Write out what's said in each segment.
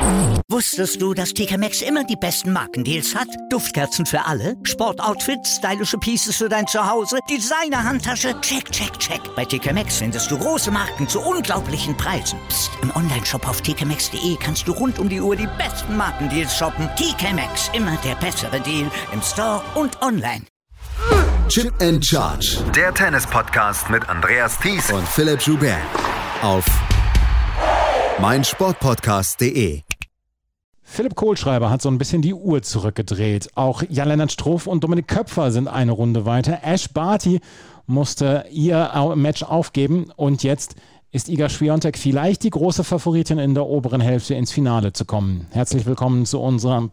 Wusstest du, dass TK Maxx immer die besten Markendeals hat? Duftkerzen für alle, Sportoutfits, stylische Pieces für dein Zuhause, Designer-Handtasche, check, check, check. Bei TK Maxx findest du große Marken zu unglaublichen Preisen. Psst. Im Onlineshop auf tkmaxx.de kannst du rund um die Uhr die besten Markendeals shoppen. TK Maxx, immer der bessere Deal im Store und online. Chip and Charge. Der Tennis-Podcast mit Andreas Thies und Philipp Joubert. Auf meinsportpodcast.de. Philipp Kohlschreiber hat so ein bisschen die Uhr zurückgedreht. Auch Jan-Lennart Struff und Dominik Köpfer sind eine Runde weiter. Ash Barty musste ihr Match aufgeben und jetzt ist Iga Swiatek vielleicht die große Favoritin in der oberen Hälfte ins Finale zu kommen. Herzlich willkommen zu einem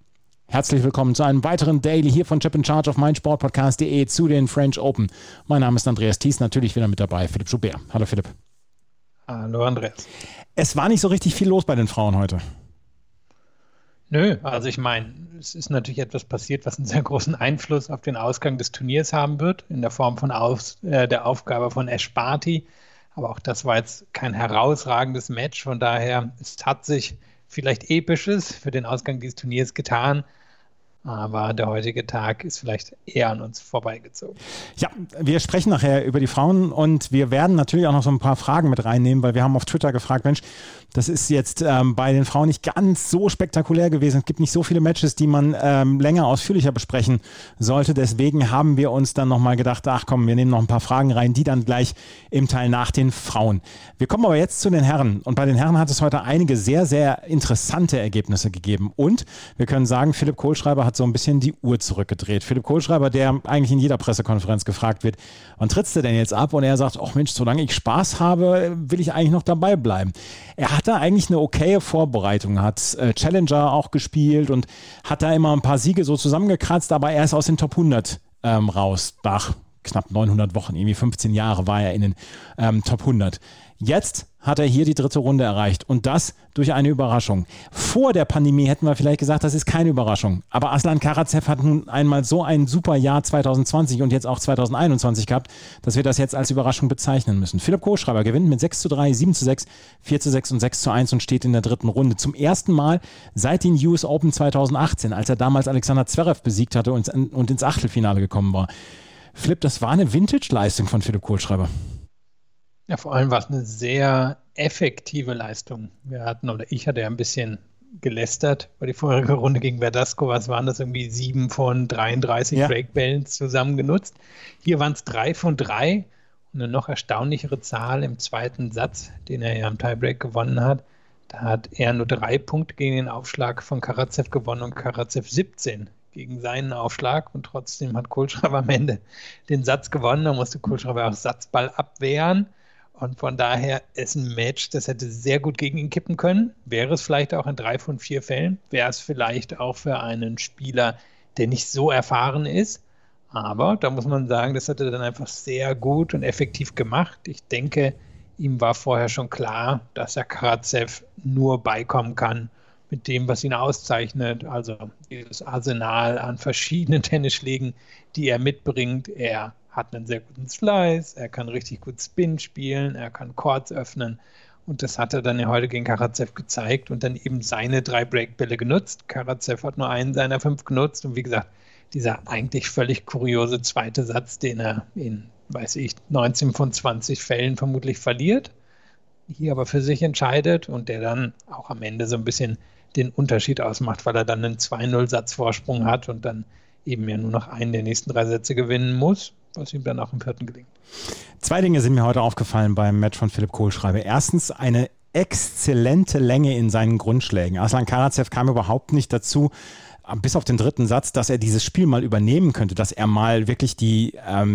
weiteren Daily hier von Chip in Charge auf meinsportpodcast.de zu den French Open. Mein Name ist Andreas Thies, natürlich wieder mit dabei, Philipp Joubert. Hallo Philipp. Hallo Andreas. Es war nicht so richtig viel los bei den Frauen heute. Nö, also ich meine, es ist natürlich etwas passiert, was einen sehr großen Einfluss auf den Ausgang des Turniers haben wird, in der Form von der Aufgabe von Ash Barty. Aber auch das war jetzt kein herausragendes Match, von daher, es hat sich vielleicht Episches für den Ausgang dieses Turniers getan. Aber der heutige Tag ist vielleicht eher an uns vorbeigezogen. Ja, wir sprechen nachher über die Frauen und wir werden natürlich auch noch so ein paar Fragen mit reinnehmen, weil wir haben auf Twitter gefragt, Mensch, das ist jetzt bei den Frauen nicht ganz so spektakulär gewesen. Es gibt nicht so viele Matches, die man länger ausführlicher besprechen sollte. Deswegen haben wir uns dann nochmal gedacht, ach komm, wir nehmen noch ein paar Fragen rein, die dann gleich im Teil nach den Frauen. Wir kommen aber jetzt zu den Herren und bei den Herren hat es heute einige sehr, sehr interessante Ergebnisse gegeben und wir können sagen, Philipp Kohlschreiber hat so ein bisschen die Uhr zurückgedreht. Philipp Kohlschreiber, der eigentlich in jeder Pressekonferenz gefragt wird, wann trittst du denn jetzt ab? Und er sagt, ach Mensch, solange ich Spaß habe, will ich eigentlich noch dabei bleiben. Er hat da eigentlich eine okaye Vorbereitung, hat Challenger auch gespielt und hat da immer ein paar Siege so zusammengekratzt, aber er ist aus den Top 100 raus. Nach knapp 900 Wochen, irgendwie 15 Jahre war er in den Top 100. Jetzt hat er hier die dritte Runde erreicht und das durch eine Überraschung. Vor der Pandemie hätten wir vielleicht gesagt, das ist keine Überraschung. Aber Aslan Karatsev hat nun einmal so ein super Jahr 2020 und jetzt auch 2021 gehabt, dass wir das jetzt als Überraschung bezeichnen müssen. Philipp Kohlschreiber gewinnt mit 6:3, 7:6, 4:6 und 6:1 und steht in der dritten Runde. Zum ersten Mal seit den US Open 2018, als er damals Alexander Zverev besiegt hatte und ins Achtelfinale gekommen war. Philipp, das war eine Vintage-Leistung von Philipp Kohlschreiber. Ja, vor allem war es eine sehr effektive Leistung. Ich hatte ja ein bisschen gelästert, weil die vorherige Runde gegen Verdasco, was waren das, irgendwie 7 von 33 Breakbällen zusammen genutzt. Hier waren es 3 von 3 und eine noch erstaunlichere Zahl im zweiten Satz, den er ja am Tiebreak gewonnen hat. Da hat er nur 3 Punkte gegen den Aufschlag von Karatsev gewonnen und Karatsev 17 gegen seinen Aufschlag und trotzdem hat Kohlschreiber am Ende den Satz gewonnen. Da musste Kohlschreiber auch Satzball abwehren. Und von daher ist ein Match, das hätte sehr gut gegen ihn kippen können. Wäre es vielleicht auch in 3 von 4 Fällen. Wäre es vielleicht auch für einen Spieler, der nicht so erfahren ist. Aber da muss man sagen, das hat er dann einfach sehr gut und effektiv gemacht. Ich denke, ihm war vorher schon klar, dass er Karatsev nur beikommen kann mit dem, was ihn auszeichnet. Also dieses Arsenal an verschiedenen Tennisschlägen, die er mitbringt. Er hat einen sehr guten Slice, er kann richtig gut Spin spielen, er kann Courts öffnen und das hat er dann ja heute gegen Karatsev gezeigt und dann eben seine 3 Breakbälle genutzt. Karatsev hat nur einen seiner 5 genutzt und wie gesagt, dieser eigentlich völlig kuriose zweite Satz, den er in, 19 von 20 Fällen vermutlich verliert, hier aber für sich entscheidet und der dann auch am Ende so ein bisschen den Unterschied ausmacht, weil er dann einen 2-0-Satz-Vorsprung hat und dann eben ja nur noch einen der nächsten 3 Sätze gewinnen muss, was ihm dann auch im 4. gelingt. 2 Dinge sind mir heute aufgefallen beim Match von Philipp Kohlschreiber. Erstens eine exzellente Länge in seinen Grundschlägen. Aslan Karatsev kam überhaupt nicht dazu, bis auf den dritten Satz, dass er dieses Spiel mal übernehmen könnte, dass er mal wirklich die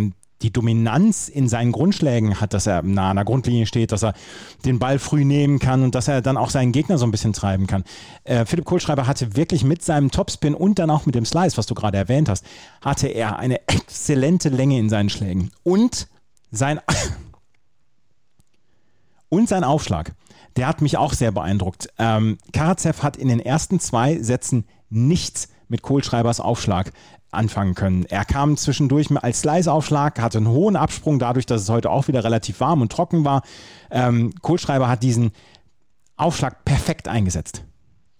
Dominanz in seinen Grundschlägen hat, dass er nah an der Grundlinie steht, dass er den Ball früh nehmen kann und dass er dann auch seinen Gegner so ein bisschen treiben kann. Philipp Kohlschreiber hatte wirklich mit seinem Topspin und dann auch mit dem Slice, was du gerade erwähnt hast, hatte er eine exzellente Länge in seinen Schlägen. Und sein Aufschlag, der hat mich auch sehr beeindruckt. Karatsev hat in den ersten 2 Sätzen nichts mit Kohlschreibers Aufschlag anfangen können. Er kam zwischendurch als Slice-Aufschlag, hatte einen hohen Absprung, dadurch, dass es heute auch wieder relativ warm und trocken war. Kohlschreiber hat diesen Aufschlag perfekt eingesetzt.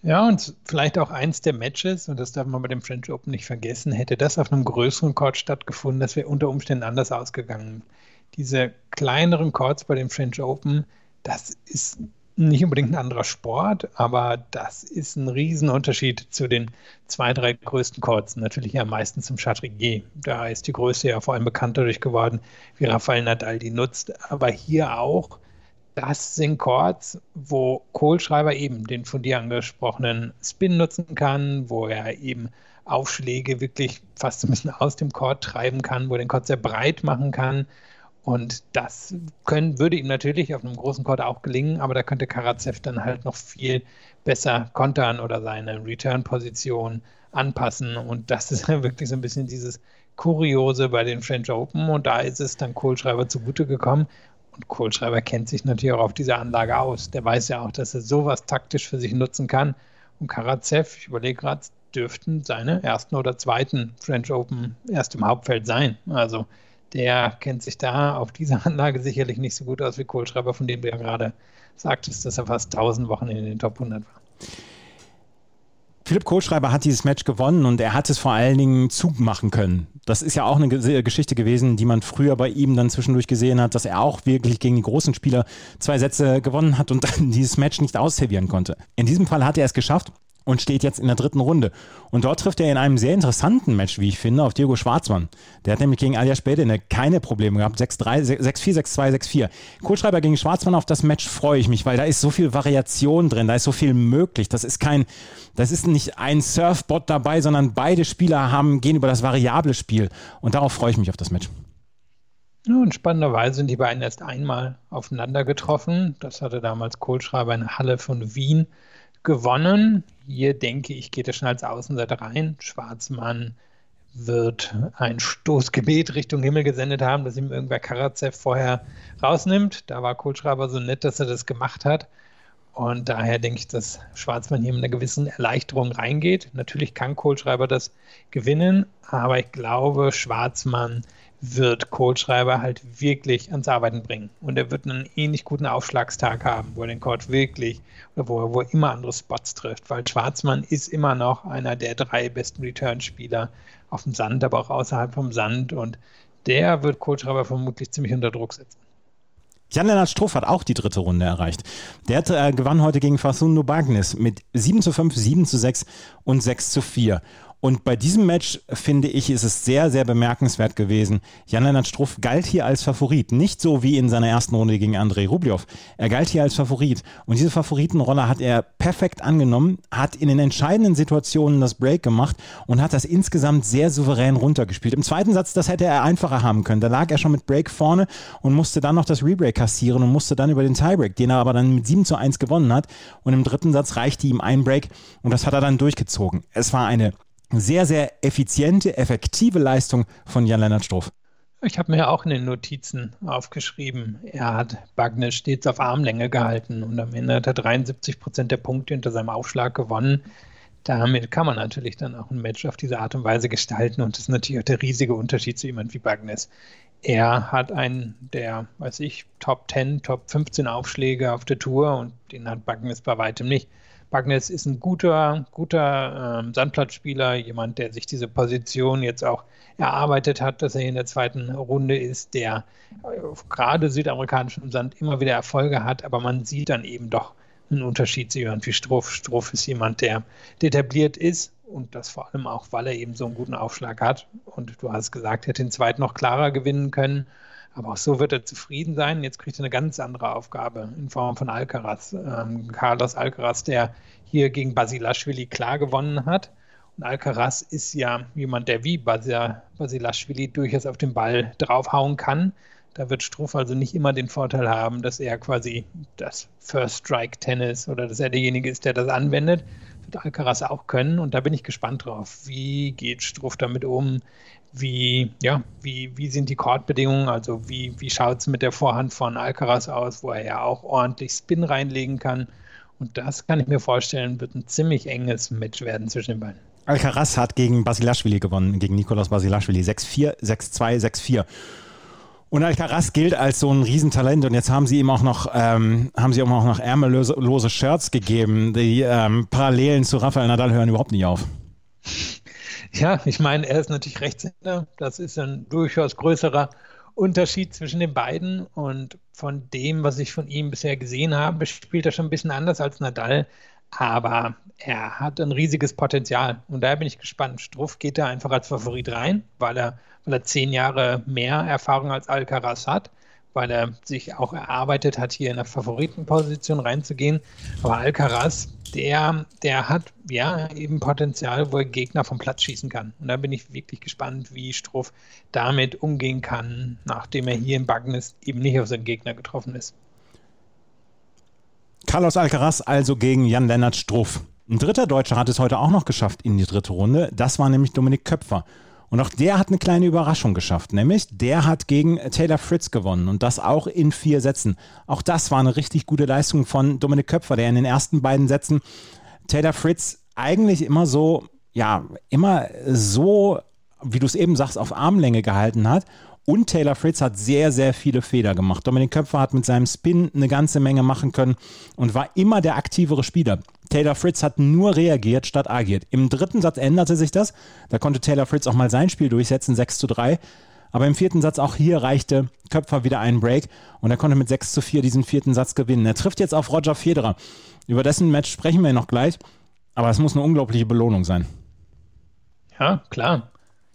Ja, und vielleicht auch eins der Matches, und das darf man bei dem French Open nicht vergessen, hätte das auf einem größeren Court stattgefunden, das wäre unter Umständen anders ausgegangen. Diese kleineren Courts bei dem French Open, das ist nicht unbedingt ein anderer Sport, aber das ist ein Riesenunterschied zu den 2, 3 größten Courts. Natürlich ja meistens zum Chatrier. Da ist die Größe ja vor allem bekannt dadurch geworden, wie Rafael Nadal die nutzt. Aber hier auch, das sind Courts, wo Kohlschreiber eben den von dir angesprochenen Spin nutzen kann, wo er eben Aufschläge wirklich fast ein bisschen aus dem Court treiben kann, wo er den Court sehr breit machen kann. Und das würde ihm natürlich auf einem großen Court auch gelingen, aber da könnte Karatsev dann halt noch viel besser kontern oder seine Return-Position anpassen. Und das ist ja wirklich so ein bisschen dieses Kuriose bei den French Open. Und da ist es dann Kohlschreiber zugute gekommen. Und Kohlschreiber kennt sich natürlich auch auf dieser Anlage aus. Der weiß ja auch, dass er sowas taktisch für sich nutzen kann. Und Karatsev, ich überlege gerade, dürften seine ersten oder zweiten French Open erst im Hauptfeld sein. Also der kennt sich da auf dieser Anlage sicherlich nicht so gut aus wie Kohlschreiber, von dem du ja gerade sagtest, dass er fast 1000 Wochen in den Top 100 war. Philipp Kohlschreiber hat dieses Match gewonnen und er hat es vor allen Dingen zugmachen können. Das ist ja auch eine Geschichte gewesen, die man früher bei ihm dann zwischendurch gesehen hat, dass er auch wirklich gegen die großen Spieler 2 Sätze gewonnen hat und dann dieses Match nicht ausservieren konnte. In diesem Fall hat er es geschafft und steht jetzt in der 3. Runde. Und dort trifft er in einem sehr interessanten Match, wie ich finde, auf Diego Schwartzmann. Der hat nämlich gegen Aljaž Bedene keine Probleme gehabt. 6-3, 6-4, 6-2, 6-4. Kohlschreiber gegen Schwartzmann, auf das Match freue ich mich, weil da ist so viel Variation drin, da ist so viel möglich. Das ist nicht ein Surfbot dabei, sondern beide Spieler gehen über das variable Spiel. Und darauf freue ich mich auf das Match. Ja, und spannenderweise sind die beiden erst einmal aufeinander getroffen. Das hatte damals Kohlschreiber in der Halle von Wien gewonnen. Hier denke ich, geht er schon als Außenseiter rein. Schwartzmann wird ein Stoßgebet Richtung Himmel gesendet haben, dass ihm irgendwer Karatsev vorher rausnimmt. Da war Kohlschreiber so nett, dass er das gemacht hat. Und daher denke ich, dass Schwartzmann hier mit einer gewissen Erleichterung reingeht. Natürlich kann Kohlschreiber das gewinnen, aber ich glaube, Schwartzmann wird Kohlschreiber halt wirklich ans Arbeiten bringen. Und er wird einen ähnlich guten Aufschlagstag haben, wo er den Court wirklich, oder wo er immer andere Spots trifft, weil Schwartzmann ist immer noch einer der 3 besten Return-Spieler auf dem Sand, aber auch außerhalb vom Sand. Und der wird Kohlschreiber vermutlich ziemlich unter Druck setzen. Jan-Lennart Struff hat auch die 3. Runde erreicht. Der gewann heute gegen Facundo Bagnis mit 7-5, 7-6 und 6-4. Und bei diesem Match, finde ich, ist es sehr, sehr bemerkenswert gewesen. Jan-Lennart Struff galt hier als Favorit. Nicht so wie in seiner ersten Runde gegen Andrei Rublev. Er galt hier als Favorit. Und diese Favoritenrolle hat er perfekt angenommen, hat in den entscheidenden Situationen das Break gemacht und hat das insgesamt sehr souverän runtergespielt. Im zweiten Satz, das hätte er einfacher haben können. Da lag er schon mit Break vorne und musste dann noch das Rebreak kassieren und musste dann über den Tiebreak, den er aber dann mit 7-1 gewonnen hat. Und im 3. Satz reichte ihm ein Break und das hat er dann durchgezogen. Es war eine sehr, sehr effiziente, effektive Leistung von Jan-Lennart Struff. Ich habe mir auch in den Notizen aufgeschrieben, er hat Bagnis stets auf Armlänge gehalten und am Ende hat er 73% der Punkte hinter seinem Aufschlag gewonnen. Damit kann man natürlich dann auch ein Match auf diese Art und Weise gestalten und das ist natürlich auch der riesige Unterschied zu jemand wie Bagnis. Er hat einen der, Top 10, Top 15 Aufschläge auf der Tour und den hat Bagnis bei weitem nicht. Bagnis ist ein guter Sandplatzspieler, jemand, der sich diese Position jetzt auch erarbeitet hat, dass er hier in der 2. Runde ist, der gerade südamerikanischem Sand immer wieder Erfolge hat, aber man sieht dann eben doch einen Unterschied zu jemand wie Struff. Struff ist jemand, der etabliert ist und das vor allem auch, weil er eben so einen guten Aufschlag hat. Und du hast gesagt, er hätte den 2. noch klarer gewinnen können. Aber auch so wird er zufrieden sein. Jetzt kriegt er eine ganz andere Aufgabe in Form von Alcaraz. Carlos Alcaraz, der hier gegen Basilashvili klar gewonnen hat. Und Alcaraz ist ja jemand, der wie Basilashvili durchaus auf den Ball draufhauen kann. Da wird Struff also nicht immer den Vorteil haben, dass er quasi das First-Strike-Tennis oder dass er derjenige ist, der das anwendet. Das wird Alcaraz auch können. Und da bin ich gespannt drauf. Wie geht Struff damit um? Wie sind die Courtbedingungen, also wie schaut es mit der Vorhand von Alcaraz aus, wo er ja auch ordentlich Spin reinlegen kann. Und das kann ich mir vorstellen, wird ein ziemlich enges Match werden zwischen den beiden. Alcaraz hat gegen Basilashvili gewonnen, gegen Nicolas Basilashvili 6-4, 6-2, 6-4. Und Alcaraz gilt als so ein Riesentalent und jetzt haben sie ihm auch noch, ärmellose Shirts gegeben. Die Parallelen zu Rafael Nadal hören überhaupt nicht auf. Ja, ich meine, er ist natürlich Rechtshänder. Das ist ein durchaus größerer Unterschied zwischen den beiden. Und von dem, was ich von ihm bisher gesehen habe, spielt er schon ein bisschen anders als Nadal. Aber er hat ein riesiges Potenzial. Und daher bin ich gespannt. Struff geht da einfach als Favorit rein, weil er 10 Jahre mehr Erfahrung als Alcaraz hat, weil er sich auch erarbeitet hat, hier in der Favoritenposition reinzugehen. Aber Alcaraz, der hat ja eben Potenzial, wo er Gegner vom Platz schießen kann. Und da bin ich wirklich gespannt, wie Struff damit umgehen kann, nachdem er hier in Bagnes eben nicht auf seinen Gegner getroffen ist. Carlos Alcaraz also gegen Jan-Lennart Struff. Ein dritter Deutscher hat es heute auch noch geschafft in die dritte Runde. Das war nämlich Dominik Köpfer. Und auch der hat eine kleine Überraschung geschafft, nämlich der hat gegen Taylor Fritz gewonnen und das auch in 4 Sätzen. Auch das war eine richtig gute Leistung von Dominik Köpfer, der in den ersten beiden Sätzen Taylor Fritz eigentlich immer so, wie du es eben sagst, auf Armlänge gehalten hat. Und Taylor Fritz hat sehr, sehr viele Fehler gemacht. Dominik Köpfer hat mit seinem Spin eine ganze Menge machen können und war immer der aktivere Spieler. Taylor Fritz hat nur reagiert statt agiert. Im dritten Satz änderte sich das. Da konnte Taylor Fritz auch mal sein Spiel durchsetzen, 6:3. Aber im vierten Satz, auch hier reichte Köpfer wieder einen Break und er konnte mit 6:4 diesen vierten Satz gewinnen. Er trifft jetzt auf Roger Federer. Über dessen Match sprechen wir noch gleich. Aber es muss eine unglaubliche Belohnung sein. Ja, klar.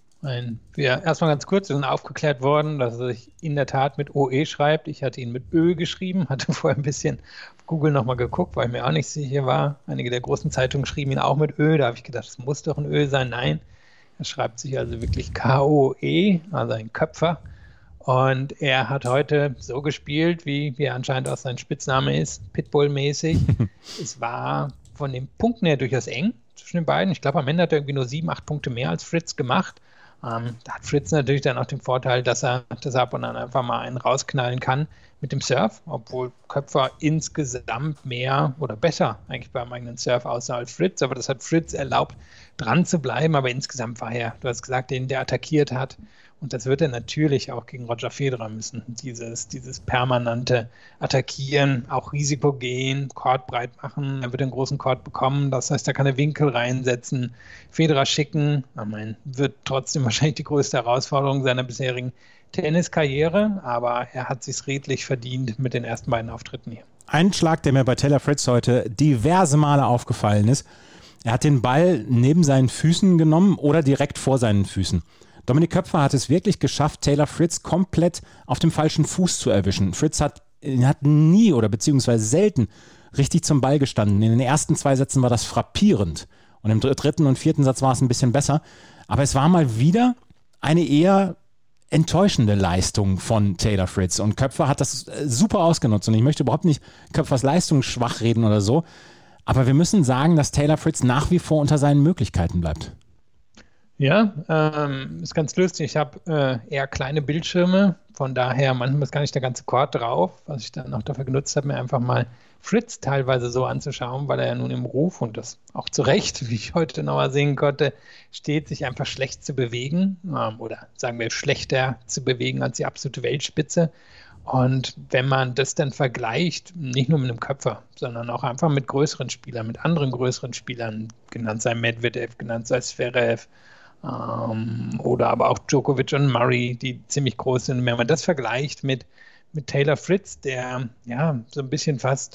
Erstmal ganz kurz, wir sind aufgeklärt worden, dass er sich in der Tat mit OE schreibt. Ich hatte ihn mit Ö geschrieben, hatte vorher ein bisschen auf Google nochmal geguckt, weil ich mir auch nicht sicher war. Einige der großen Zeitungen schrieben ihn auch mit Ö. Da habe ich gedacht, es muss doch ein Ö sein. Nein, er schreibt sich also wirklich K-O-E, also ein Köpfer. Und er hat heute so gespielt, wie er anscheinend auch sein Spitzname ist, Pitbull-mäßig. Es war von den Punkten her durchaus eng zwischen den beiden. Ich glaube, am Ende hat er irgendwie nur 7-8 Punkte mehr als Fritz gemacht. Da hat Fritz natürlich dann auch den Vorteil, dass er ab und an einfach mal einen rausknallen kann mit dem Surf, obwohl Köpfer insgesamt mehr oder besser eigentlich beim eigenen Surf aussah als Fritz, aber das hat Fritz erlaubt, dran zu bleiben, aber insgesamt war er, du hast gesagt, der attackiert hat und das wird er natürlich auch gegen Roger Federer müssen, dieses permanente Attackieren, auch Risiko gehen, Court breit machen, er wird einen großen Court bekommen, das heißt, da kann er Winkel reinsetzen, Federer schicken, wird trotzdem wahrscheinlich die größte Herausforderung seiner bisherigen Tenniskarriere, aber er hat sich's redlich verdient mit den ersten beiden Auftritten hier. Ein Schlag, der mir bei Taylor Fritz heute diverse Male aufgefallen ist, er hat den Ball neben seinen Füßen genommen oder direkt vor seinen Füßen. Dominik Köpfer hat es wirklich geschafft, Taylor Fritz komplett auf dem falschen Fuß zu erwischen. Fritz hat nie oder beziehungsweise selten richtig zum Ball gestanden. In den ersten 2 Sätzen war das frappierend und im dritten und vierten Satz war es ein bisschen besser. Aber es war mal wieder eine eher enttäuschende Leistung von Taylor Fritz und Köpfer hat das super ausgenutzt und ich möchte überhaupt nicht Köpfers Leistung schwach reden oder so, aber wir müssen sagen, dass Taylor Fritz nach wie vor unter seinen Möglichkeiten bleibt. Ja, ist ganz lustig. Ich habe eher kleine Bildschirme, von daher manchmal ist gar nicht der ganze Court drauf, was ich dann auch dafür genutzt habe, mir einfach mal Fritz teilweise so anzuschauen, weil er ja nun im Ruf und das auch zu Recht, wie ich heute nochmal sehen konnte, steht, sich einfach schlecht zu bewegen oder sagen wir schlechter zu bewegen als die absolute Weltspitze. Und wenn man das dann vergleicht, nicht nur mit einem Köpfer, sondern auch einfach mit größeren Spielern, mit anderen größeren Spielern, genannt sei Medvedev, genannt sei Zverev, oder aber auch Djokovic und Murray, die ziemlich groß sind. Wenn man das vergleicht mit Taylor Fritz, der ja so ein bisschen fast,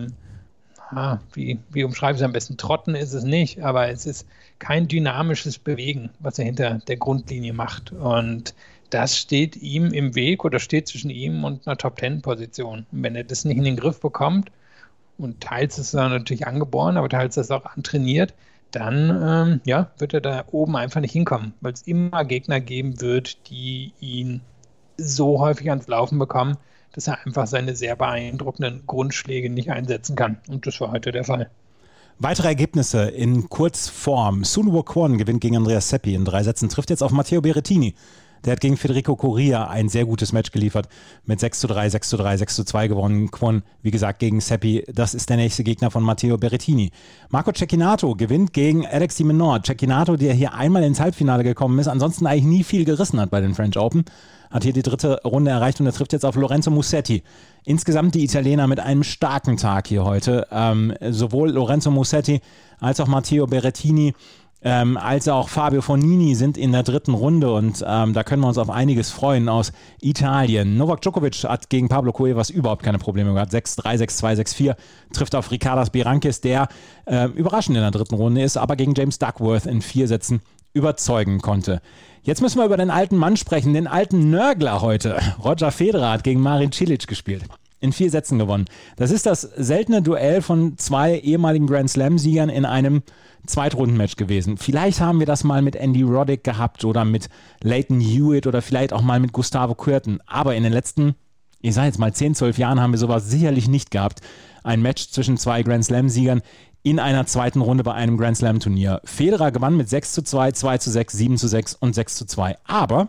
wie umschreibe ich es am besten, Trotten ist es nicht, aber es ist kein dynamisches Bewegen, was er hinter der Grundlinie macht. Und das steht ihm im Weg oder steht zwischen ihm und einer Top-10-Position. Und wenn er das nicht in den Griff bekommt, und teils ist er natürlich angeboren, aber teils ist er auch antrainiert, dann wird er da oben einfach nicht hinkommen, weil es immer Gegner geben wird, die ihn so häufig ans Laufen bekommen, dass er einfach seine sehr beeindruckenden Grundschläge nicht einsetzen kann. Und das war heute der Fall. Weitere Ergebnisse in Kurzform. Sun Woo Kwon gewinnt gegen Andreas Seppi in 3 Sätzen, trifft jetzt auf Matteo Berrettini. Der hat gegen Federico Coria ein sehr gutes Match geliefert. Mit 6:3, 6:3, 6:2 gewonnen. Wie gesagt, gegen Seppi. Das ist der nächste Gegner von Matteo Berrettini. Marco Cecchinato gewinnt gegen Alex de Minaur. Cecchinato, der hier einmal ins Halbfinale gekommen ist, ansonsten eigentlich nie viel gerissen hat bei den French Open. Hat hier die dritte Runde erreicht und er trifft jetzt auf Lorenzo Musetti. Insgesamt die Italiener mit einem starken Tag hier heute. Sowohl Lorenzo Musetti als auch Matteo Berrettini als auch Fabio Fognini sind in der dritten Runde und da können wir uns auf einiges freuen aus Italien. Novak Djokovic hat gegen Pablo Cuevas überhaupt keine Probleme gehabt. 6:3, 6:2, 6:4 trifft auf Ricardas Berankis, der überraschend in der dritten Runde ist, aber gegen James Duckworth in 4 Sätzen überzeugen konnte. Jetzt müssen wir über den alten Mann sprechen, den alten Nörgler heute. Roger Federer hat gegen Marin Cilic gespielt. In 4 Sätzen gewonnen. Das ist das seltene Duell von 2 ehemaligen Grand Slam-Siegern in einem Zweitrundenmatch gewesen. Vielleicht haben wir das mal mit Andy Roddick gehabt oder mit Lleyton Hewitt oder vielleicht auch mal mit Gustavo Kuerten. Aber in den letzten, ich sage jetzt mal 10, 12 Jahren haben wir sowas sicherlich nicht gehabt. Ein Match zwischen 2 Grand Slam-Siegern in einer zweiten Runde bei einem Grand Slam-Turnier. Federer gewann mit 6:2, 2:6, 7:6 und 6:2. Aber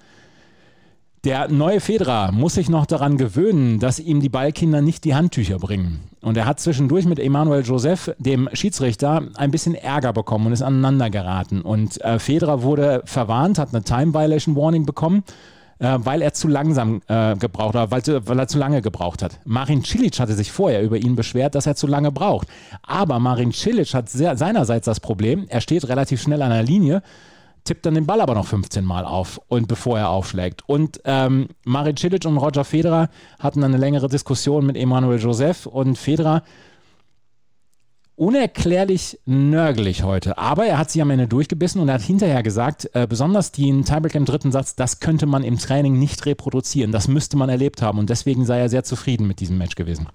der neue Federer muss sich noch daran gewöhnen, dass ihm die Ballkinder nicht die Handtücher bringen. Und er hat zwischendurch mit Emmanuel Joseph, dem Schiedsrichter, ein bisschen Ärger bekommen und ist aneinander geraten. Und Federer wurde verwarnt, hat eine Time Violation Warning bekommen, weil er zu langsam gebraucht hat, weil er zu lange gebraucht hat. Marin Cilic hatte sich vorher über ihn beschwert, dass er zu lange braucht. Aber Marin Cilic hat seinerseits das Problem, er steht relativ schnell an der Linie, tippt dann den Ball aber noch 15 Mal auf, und bevor er aufschlägt. Und Marin Cilic und Roger Federer hatten dann eine längere Diskussion mit Emmanuel Joseph und Federer unerklärlich nörgelig heute. Aber er hat sich am Ende durchgebissen und er hat hinterher gesagt, besonders den Tiebreak im dritten Satz, das könnte man im Training nicht reproduzieren. Das müsste man erlebt haben und deswegen sei er sehr zufrieden mit diesem Match gewesen.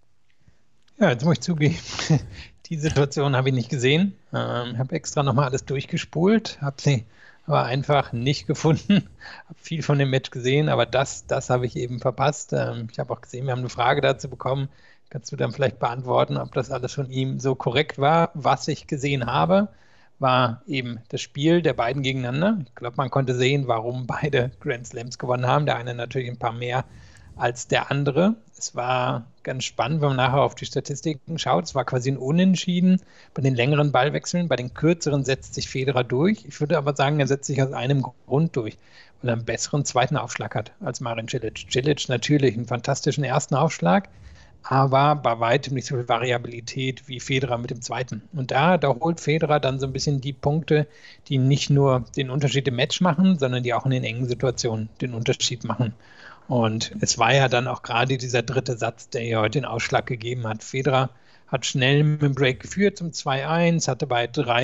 Ja, jetzt muss ich zugeben, die Situation habe ich nicht gesehen. Ich habe extra nochmal alles durchgespult, habe sie aber einfach nicht gefunden. Habe viel von dem Match gesehen, aber das habe ich eben verpasst. Ich habe auch gesehen, wir haben eine Frage dazu bekommen. Kannst du dann vielleicht beantworten, ob das alles von ihm so korrekt war? Was ich gesehen habe, war eben das Spiel der beiden gegeneinander. Ich glaube, man konnte sehen, warum beide Grand Slams gewonnen haben. Der eine natürlich ein paar mehr als der andere. Es war ganz spannend, wenn man nachher auf die Statistiken schaut. Es war quasi ein Unentschieden bei den längeren Ballwechseln. Bei den kürzeren setzt sich Federer durch. Ich würde aber sagen, er setzt sich aus einem Grund durch, weil er einen besseren zweiten Aufschlag hat als Marin Cilic. Cilic natürlich einen fantastischen ersten Aufschlag, aber bei weitem nicht so viel Variabilität wie Federer mit dem zweiten. Und da holt Federer dann so ein bisschen die Punkte, die nicht nur den Unterschied im Match machen, sondern die auch in den engen Situationen den Unterschied machen. Und es war ja dann auch gerade dieser dritte Satz, der ja heute den Ausschlag gegeben hat. Federer hat schnell mit dem Break geführt zum 2:1, hatte bei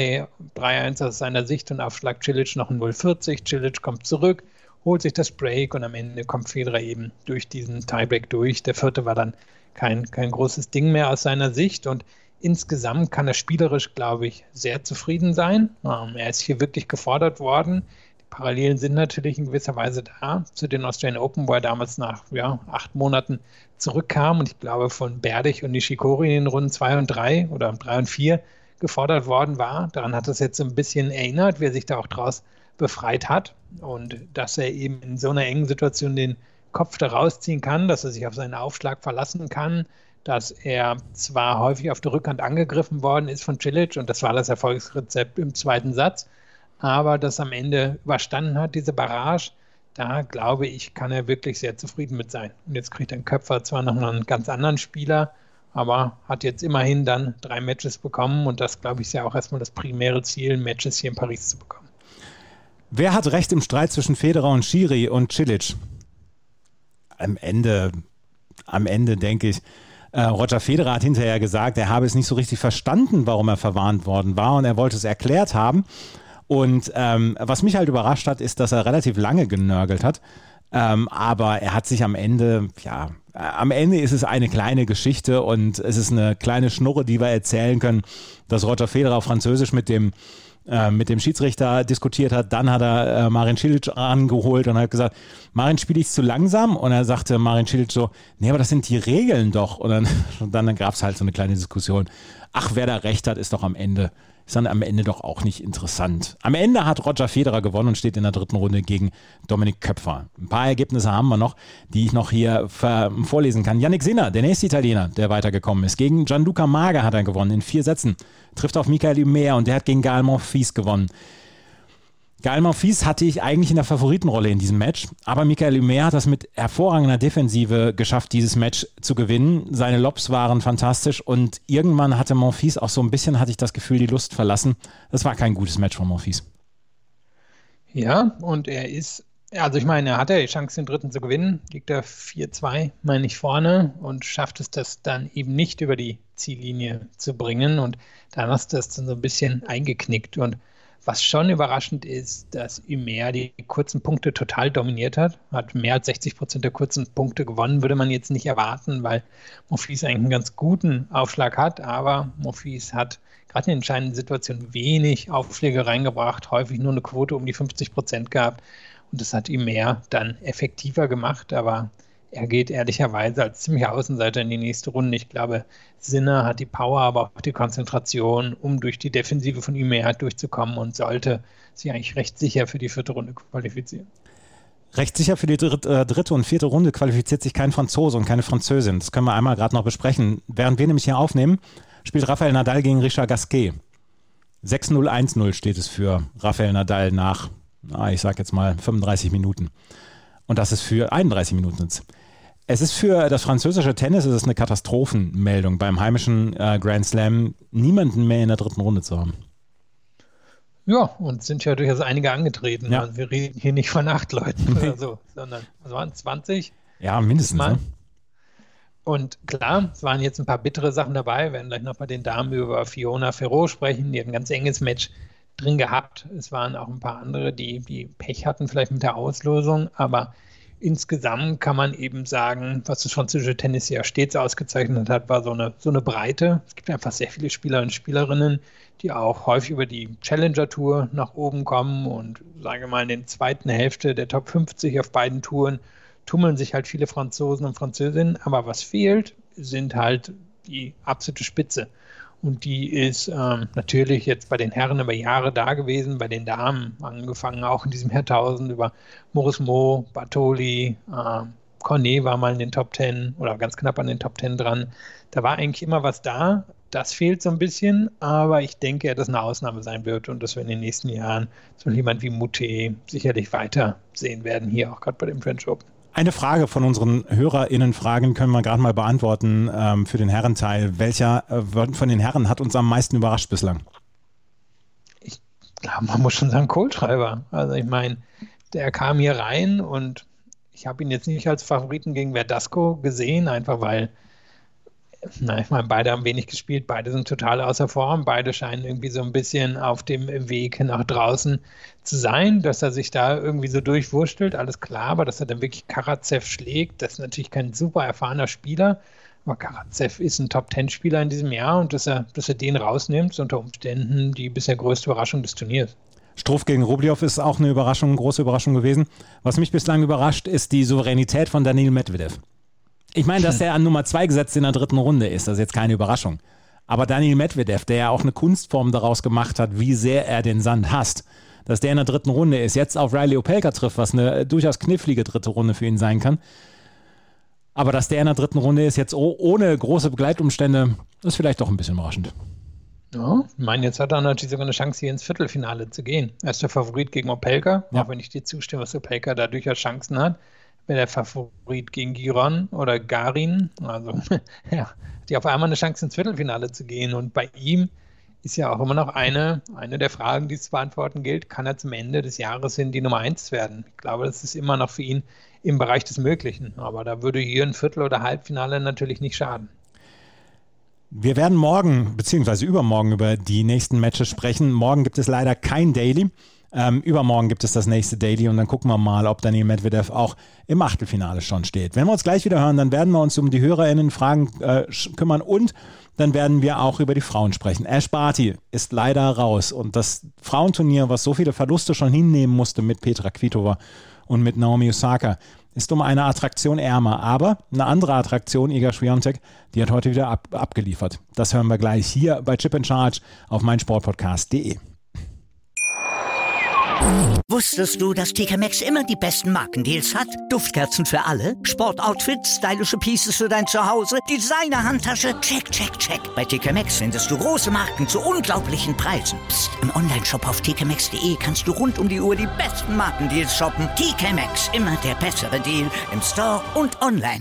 3:1 aus seiner Sicht und Aufschlag Cilic noch ein 0:40. Cilic kommt zurück, holt sich das Break und am Ende kommt Federer eben durch diesen Tiebreak durch. Der vierte war dann kein großes Ding mehr aus seiner Sicht und insgesamt kann er spielerisch, glaube ich, sehr zufrieden sein. Er ist hier wirklich gefordert worden. Parallelen sind natürlich in gewisser Weise da zu den Australian Open, wo er damals nach 8 Monaten zurückkam und ich glaube von Berdych und Nishikori in den Runden 2 und 3 oder 3 und 4 gefordert worden war. Daran hat es jetzt so ein bisschen erinnert, wie er sich da auch draus befreit hat und dass er eben in so einer engen Situation den Kopf da rausziehen kann, dass er sich auf seinen Aufschlag verlassen kann, dass er zwar häufig auf der Rückhand angegriffen worden ist von Cilic und das war das Erfolgsrezept im zweiten Satz, aber das am Ende überstanden hat, diese Barrage, da glaube ich, kann er wirklich sehr zufrieden mit sein. Und jetzt kriegt ein Köpfer zwar noch einen ganz anderen Spieler, aber hat jetzt immerhin dann 3 Matches bekommen und das, glaube ich, ist ja auch erstmal das primäre Ziel, Matches hier in Paris zu bekommen. Wer hat recht im Streit zwischen Federer und Schiri und Cilic? Am Ende denke ich, Roger Federer hat hinterher gesagt, er habe es nicht so richtig verstanden, warum er verwarnt worden war und er wollte es erklärt haben. Und was mich halt überrascht hat, ist, dass er relativ lange genörgelt hat. Aber er hat sich am Ende ist es eine kleine Geschichte und es ist eine kleine Schnurre, die wir erzählen können, dass Roger Federer auf Französisch mit dem Schiedsrichter diskutiert hat. Dann hat er Marin Cilic angeholt und hat gesagt, Marin, spiele ich zu langsam? Und er sagte Marin Cilic so, nee, aber das sind die Regeln doch. Und dann gab es halt so eine kleine Diskussion. Ach, wer da recht hat, ist doch am Ende ist dann am Ende doch auch nicht interessant. Am Ende hat Roger Federer gewonnen und steht in der dritten Runde gegen Dominik Köpfer. Ein paar Ergebnisse haben wir noch, die ich noch hier vorlesen kann. Yannick Sinner, der nächste Italiener, der weitergekommen ist. Gegen Gianluca Maga hat er gewonnen in 4 Sätzen. Trifft auf Michael Humer und der hat gegen Gael Monfils gewonnen. Gael Monfils hatte ich eigentlich in der Favoritenrolle in diesem Match, aber Michael Humer hat das mit hervorragender Defensive geschafft, dieses Match zu gewinnen. Seine Lobs waren fantastisch und irgendwann hatte Monfils auch so ein bisschen, hatte ich das Gefühl, die Lust verlassen. Das war kein gutes Match von Monfils. Ja, und er hatte die Chance, den dritten zu gewinnen, liegt da 4-2, meine ich, vorne und schafft es das dann eben nicht über die Ziellinie zu bringen und dann hast du das dann so ein bisschen eingeknickt und was schon überraschend ist, dass Humer die kurzen Punkte total dominiert hat mehr als 60% der kurzen Punkte gewonnen, würde man jetzt nicht erwarten, weil Monfils eigentlich einen ganz guten Aufschlag hat, aber Monfils hat gerade in entscheidenden Situationen wenig Aufschläge reingebracht, häufig nur eine Quote um die 50% gehabt und das hat Humer dann effektiver gemacht, aber er geht ehrlicherweise als ziemlicher Außenseiter in die nächste Runde. Ich glaube, Sinner hat die Power, aber auch die Konzentration, um durch die Defensive von Humer durchzukommen und sollte sich eigentlich recht sicher für die 4. Runde qualifizieren. Recht sicher für die 3. und 4. Runde qualifiziert sich kein Franzose und keine Französin. Das können wir einmal gerade noch besprechen. Während wir nämlich hier aufnehmen, spielt Rafael Nadal gegen Richard Gasquet. 6-0, 1-0 steht es für Rafael Nadal nach, ich sag jetzt mal 35 Minuten. Und das ist für 31 Minuten. Es ist für das französische Tennis eine Katastrophenmeldung, beim heimischen Grand Slam niemanden mehr in der 3. Runde zu haben. Ja, und sind ja durchaus einige angetreten. Ja. Also wir reden hier nicht von 8 Leuten oder so, sondern was waren es, 20? Ja, mindestens. Ne? Und klar, es waren jetzt ein paar bittere Sachen dabei. Wir werden gleich noch bei den Damen über Fiona Ferro sprechen. Die hat ein ganz enges Match drin gehabt. Es waren auch ein paar andere, die Pech hatten vielleicht mit der Auslosung, aber insgesamt kann man eben sagen, was das französische Tennis ja stets ausgezeichnet hat, war so eine Breite. Es gibt einfach sehr viele Spieler und Spielerinnen, die auch häufig über die Challenger-Tour nach oben kommen und sagen wir mal in der zweiten Hälfte der Top 50 auf beiden Touren tummeln sich halt viele Franzosen und Französinnen, aber was fehlt, sind halt die absolute Spitze. Und die ist natürlich jetzt bei den Herren über Jahre da gewesen, bei den Damen angefangen auch in diesem Jahrtausend über Maurice Mo, Bartoli, Cornet war mal in den Top 10 oder ganz knapp an den Top 10 dran. Da war eigentlich immer was da. Das fehlt so ein bisschen, aber ich denke, dass eine Ausnahme sein wird und dass wir in den nächsten Jahren so jemand wie Moutet sicherlich weiter sehen werden, hier auch gerade bei dem French Open. Eine Frage von unseren HörerInnen-Fragen können wir gerade mal beantworten für den Herrenteil. Welcher von den Herren hat uns am meisten überrascht bislang? Ich glaube, man muss schon sagen Kohlschreiber. Also ich meine, der kam hier rein und ich habe ihn jetzt nicht als Favoriten gegen Verdasco gesehen, einfach weil ich meine, beide haben wenig gespielt, beide sind total außer Form, beide scheinen irgendwie so ein bisschen auf dem Weg nach draußen zu sein, dass er sich da irgendwie so durchwurstelt, alles klar, aber dass er dann wirklich Karatsev schlägt, das ist natürlich kein super erfahrener Spieler, aber Karatsev ist ein Top-10-Spieler in diesem Jahr und dass er den rausnimmt, ist unter Umständen die bisher größte Überraschung des Turniers. Struff gegen Rublev ist auch eine Überraschung, eine große Überraschung gewesen. Was mich bislang überrascht, ist die Souveränität von Daniil Medvedev. Ich meine, dass der an Nummer 2 gesetzt in der 3. Runde ist, das ist jetzt keine Überraschung. Aber Daniil Medvedev, der ja auch eine Kunstform daraus gemacht hat, wie sehr er den Sand hasst, dass der in der 3. Runde ist, jetzt auf Riley Opelka trifft, was eine durchaus knifflige 3. Runde für ihn sein kann. Aber dass der in der 3. Runde ist, jetzt ohne große Begleitumstände, ist vielleicht doch ein bisschen überraschend. Ja, ich meine, jetzt hat er natürlich sogar eine Chance, hier ins Viertelfinale zu gehen. Er ist der Favorit gegen Opelka, auch wenn ich dir zustimme, dass Opelka da durchaus Chancen hat. Wäre der Favorit gegen Giron oder Garin, also ja, die auf einmal eine Chance ins Viertelfinale zu gehen. Und bei ihm ist ja auch immer noch eine der Fragen, die es zu beantworten gilt, kann er zum Ende des Jahres hin die Nummer 1 werden? Ich glaube, das ist immer noch für ihn im Bereich des Möglichen. Aber da würde hier ein Viertel- oder Halbfinale natürlich nicht schaden. Wir werden morgen bzw. übermorgen über die nächsten Matches sprechen. Morgen gibt es leider kein Daily. Übermorgen gibt es das nächste Daily und dann gucken wir mal, ob Daniil Medvedev auch im Achtelfinale schon steht. Wenn wir uns gleich wieder hören, dann werden wir uns um die HörerInnen-Fragen kümmern und dann werden wir auch über die Frauen sprechen. Ash Barty ist leider raus und das Frauenturnier, was so viele Verluste schon hinnehmen musste mit Petra Kvitova und mit Naomi Osaka, ist um eine Attraktion ärmer. Aber eine andere Attraktion, Iga Swiatek, die hat heute wieder abgeliefert. Das hören wir gleich hier bei Chip in Charge auf meinsportpodcast.de. Wusstest du, dass TK Maxx immer die besten Markendeals hat? Duftkerzen für alle, Sportoutfits, stylische Pieces für dein Zuhause, Designer-Handtasche, check, check, check. Bei TK Maxx findest du große Marken zu unglaublichen Preisen. Psst. Im Onlineshop auf tkmaxx.de kannst du rund um die Uhr die besten Markendeals shoppen. TK Maxx, immer der bessere Deal im Store und online.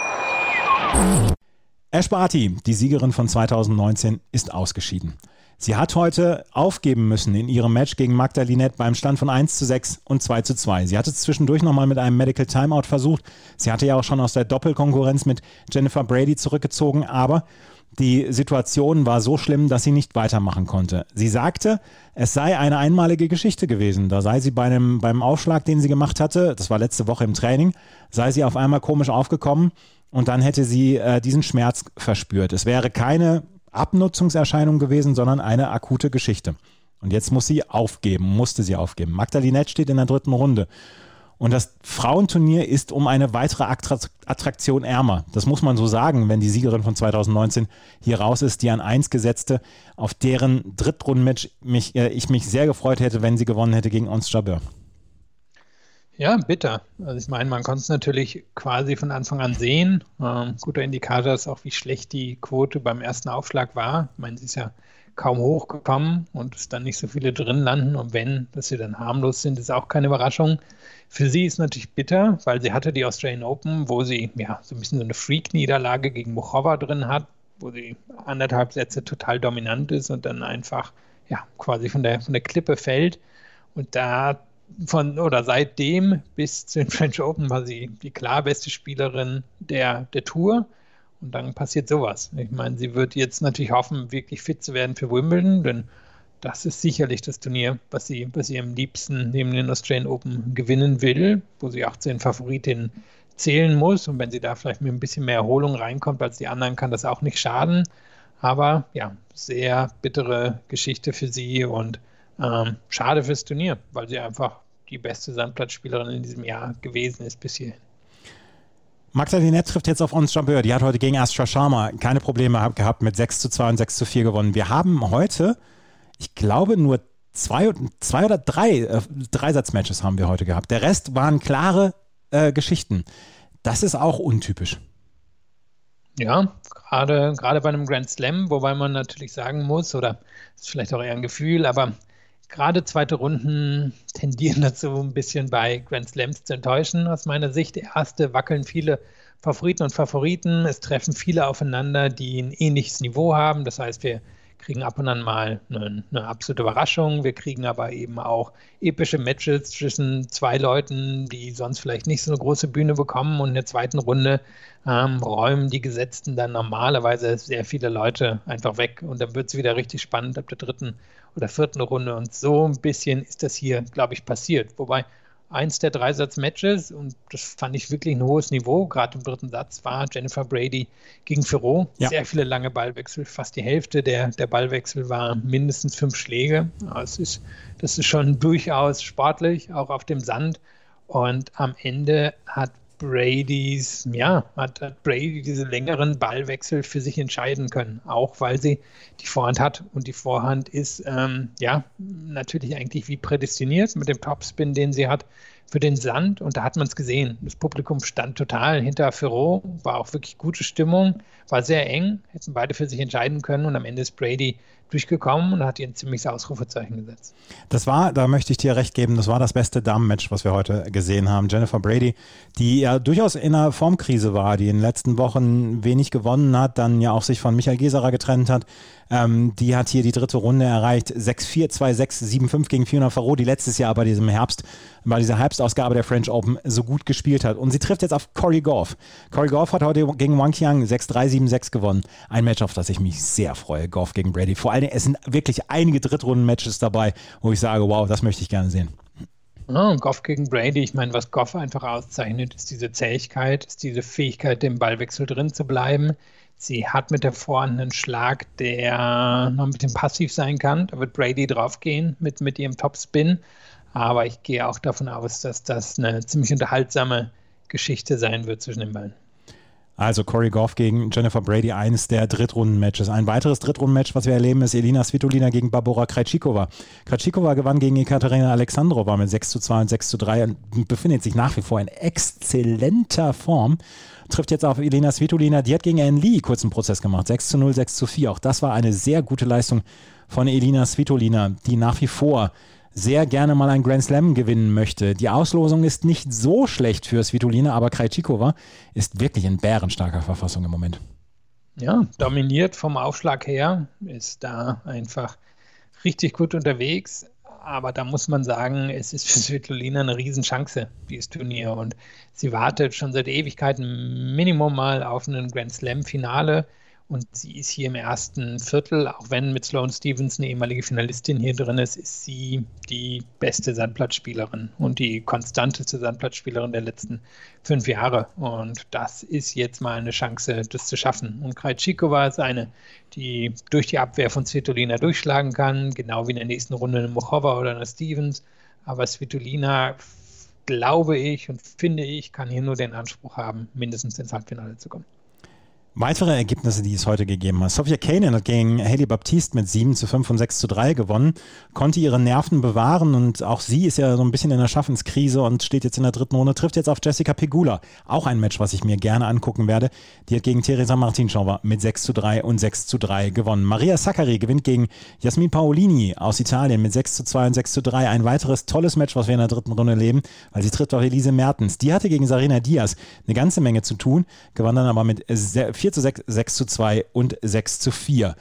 Ash Barty, die Siegerin von 2019, ist ausgeschieden. Sie hat heute aufgeben müssen in ihrem Match gegen Magda Linette beim Stand von 1:6 und 2:2. Sie hatte es zwischendurch nochmal mit einem Medical Timeout versucht. Sie hatte ja auch schon aus der Doppelkonkurrenz mit Jennifer Brady zurückgezogen, aber die Situation war so schlimm, dass sie nicht weitermachen konnte. Sie sagte, es sei eine einmalige Geschichte gewesen. Da sei sie beim Aufschlag, den sie gemacht hatte, das war letzte Woche im Training, sei sie auf einmal komisch aufgekommen und dann hätte sie diesen Schmerz verspürt. Es wäre keine Abnutzungserscheinung gewesen, sondern eine akute Geschichte. Und jetzt musste sie aufgeben. Magda Linette steht in der 3. Runde. Und das Frauenturnier ist um eine weitere Attraktion ärmer. Das muss man so sagen, wenn die Siegerin von 2019 hier raus ist, die an 1 gesetzte, auf deren Drittrundenmatch ich mich sehr gefreut hätte, wenn sie gewonnen hätte gegen Ons Jabeur. Ja, bitter. Also ich meine, man konnte es natürlich quasi von Anfang an sehen. Guter Indikator ist auch, wie schlecht die Quote beim ersten Aufschlag war. Ich meine, sie ist ja kaum hochgekommen und es dann nicht so viele drin landen. Und wenn, dass sie dann harmlos sind, ist auch keine Überraschung. Für sie ist natürlich bitter, weil sie hatte die Australian Open, wo sie ja so ein bisschen so eine Freak-Niederlage gegen Muchova drin hat, wo sie 1,5 Sätze total dominant ist und dann einfach ja quasi von der Klippe fällt. Und seitdem bis zu den French Open war sie die klar beste Spielerin der Tour. Und dann passiert sowas. Ich meine, sie wird jetzt natürlich hoffen, wirklich fit zu werden für Wimbledon, denn das ist sicherlich das Turnier, was sie am liebsten neben den Australian Open gewinnen will, wo sie auch zu den Favoritinnen zählen muss. Und wenn sie da vielleicht mit ein bisschen mehr Erholung reinkommt als die anderen, kann das auch nicht schaden. Aber ja, sehr bittere Geschichte für sie und schade fürs Turnier, weil sie einfach die beste Sandplatzspielerin in diesem Jahr gewesen ist bis hierhin. Magda Linette trifft jetzt auf Ons Jabeur. Die hat heute gegen Astra Sharma keine Probleme gehabt, mit 6:2 und 6:4 gewonnen. Wir haben heute, ich glaube, nur zwei oder drei Dreisatzmatches haben wir heute gehabt. Der Rest waren klare Geschichten. Das ist auch untypisch. Ja, gerade bei einem Grand Slam, wobei man natürlich sagen muss, oder ist vielleicht auch eher ein Gefühl, aber gerade zweite Runden tendieren dazu, ein bisschen bei Grand Slams zu enttäuschen, aus meiner Sicht. Erste wackeln viele Favoriten und Favoriten. Es treffen viele aufeinander, die ein ähnliches Niveau haben. Das heißt, wir kriegen ab und an mal eine absolute Überraschung. Wir kriegen aber eben auch epische Matches zwischen zwei Leuten, die sonst vielleicht nicht so eine große Bühne bekommen. Und in der zweiten Runde räumen die Gesetzten dann normalerweise sehr viele Leute einfach weg. Und dann wird es wieder richtig spannend ab der 3. oder 4. Runde. Und so ein bisschen ist das hier, glaube ich, passiert. Wobei eins der Dreisatz-Matches, und das fand ich wirklich ein hohes Niveau, gerade im 3. Satz, war Jennifer Brady gegen Ferrot. Ja. Sehr viele lange Ballwechsel, fast die Hälfte der Ballwechsel war mindestens 5 Schläge. Das ist schon durchaus sportlich, auch auf dem Sand. Und am Ende hat Brady diese längeren Ballwechsel für sich entscheiden können, auch weil sie die Vorhand hat. Und die Vorhand ist natürlich eigentlich wie prädestiniert mit dem Topspin, den sie hat für den Sand. Und da hat man es gesehen. Das Publikum stand total hinter Ferrot, war auch wirklich gute Stimmung, war sehr eng, hätten beide für sich entscheiden können. Und am Ende ist Brady durchgekommen und hat ihr ein ziemliches Ausrufezeichen gesetzt. Da möchte ich dir recht geben, das war das beste Damenmatch, was wir heute gesehen haben. Jennifer Brady, die ja durchaus in einer Formkrise war, die in den letzten Wochen wenig gewonnen hat, dann ja auch sich von Michael Geserer getrennt hat. Die hat hier die 3. Runde erreicht, 6-4, 2-6, 7-5 gegen Fiona Ferrot, die letztes Jahr bei dieser Herbstausgabe der French Open so gut gespielt hat. Und sie trifft jetzt auf Corey Goff. Corey Goff hat heute gegen Wang Qiang 6-3, 7-6 gewonnen. Ein Match, auf das ich mich sehr freue, Goff gegen Brady. Vor allem, es sind wirklich einige Drittrunden-Matches dabei, wo ich sage, wow, das möchte ich gerne sehen. Goff gegen Brady, ich meine, was Goff einfach auszeichnet, ist diese Zähigkeit, ist diese Fähigkeit, im Ballwechsel drin zu bleiben. Sie hat mit der Vorhand einen Schlag, der noch ein bisschen passiv sein kann. Da wird Brady draufgehen mit ihrem Topspin. Aber ich gehe auch davon aus, dass das eine ziemlich unterhaltsame Geschichte sein wird zwischen den beiden. Also Corey Goff gegen Jennifer Brady, eines der Drittrunden-Matches. Ein weiteres Drittrunden-Match, was wir erleben, ist Elina Svitolina gegen Barbora Krejcikova. Krejcikova gewann gegen Ekaterina Alexandrova mit 6:2 und 6:3 und befindet sich nach wie vor in exzellenter Form. Trifft jetzt auf Elina Svitolina, die hat gegen Ann Lee kurz einen Prozess gemacht, 6:0, 6:4. Auch das war eine sehr gute Leistung von Elina Svitolina, die nach wie vor sehr gerne mal einen Grand Slam gewinnen möchte. Die Auslosung ist nicht so schlecht für Svitolina, aber Krejcikova ist wirklich in bärenstarker Verfassung im Moment. Ja, dominiert vom Aufschlag her, ist da einfach richtig gut unterwegs. Aber da muss man sagen, es ist für Svitolina eine Riesenchance, dieses Turnier. Und sie wartet schon seit Ewigkeiten Minimum mal auf ein Grand Slam-Finale. Und sie ist hier im ersten Viertel, auch wenn mit Sloane Stephens eine ehemalige Finalistin hier drin ist sie die beste Sandplatzspielerin und die konstanteste Sandplatzspielerin der letzten 5 Jahre. Und das ist jetzt mal eine Chance, das zu schaffen. Und Krejcikova ist eine, die durch die Abwehr von Svitolina durchschlagen kann, genau wie in der nächsten Runde eine Muchova oder eine Stephens. Aber Svitolina, glaube ich und finde ich, kann hier nur den Anspruch haben, mindestens ins Halbfinale zu kommen. Weitere Ergebnisse, die es heute gegeben hat. Sofia Kenin hat gegen Hailey Baptiste mit 7:5 und 6:3 gewonnen, konnte ihre Nerven bewahren und auch sie ist ja so ein bisschen in der Schaffenskrise und steht jetzt in der dritten Runde, trifft jetzt auf Jessica Pegula. Auch ein Match, was ich mir gerne angucken werde. Die hat gegen Teresa Martincova mit 6:3 und 6:3 gewonnen. Maria Sakkari gewinnt gegen Jasmin Paolini aus Italien mit 6:2 und 6:3. Ein weiteres tolles Match, was wir in der dritten Runde erleben, weil sie trifft auf Elise Mertens. Die hatte gegen Serena Diaz eine ganze Menge zu tun, gewann dann aber mit 4:6, 6:2 und 6:4.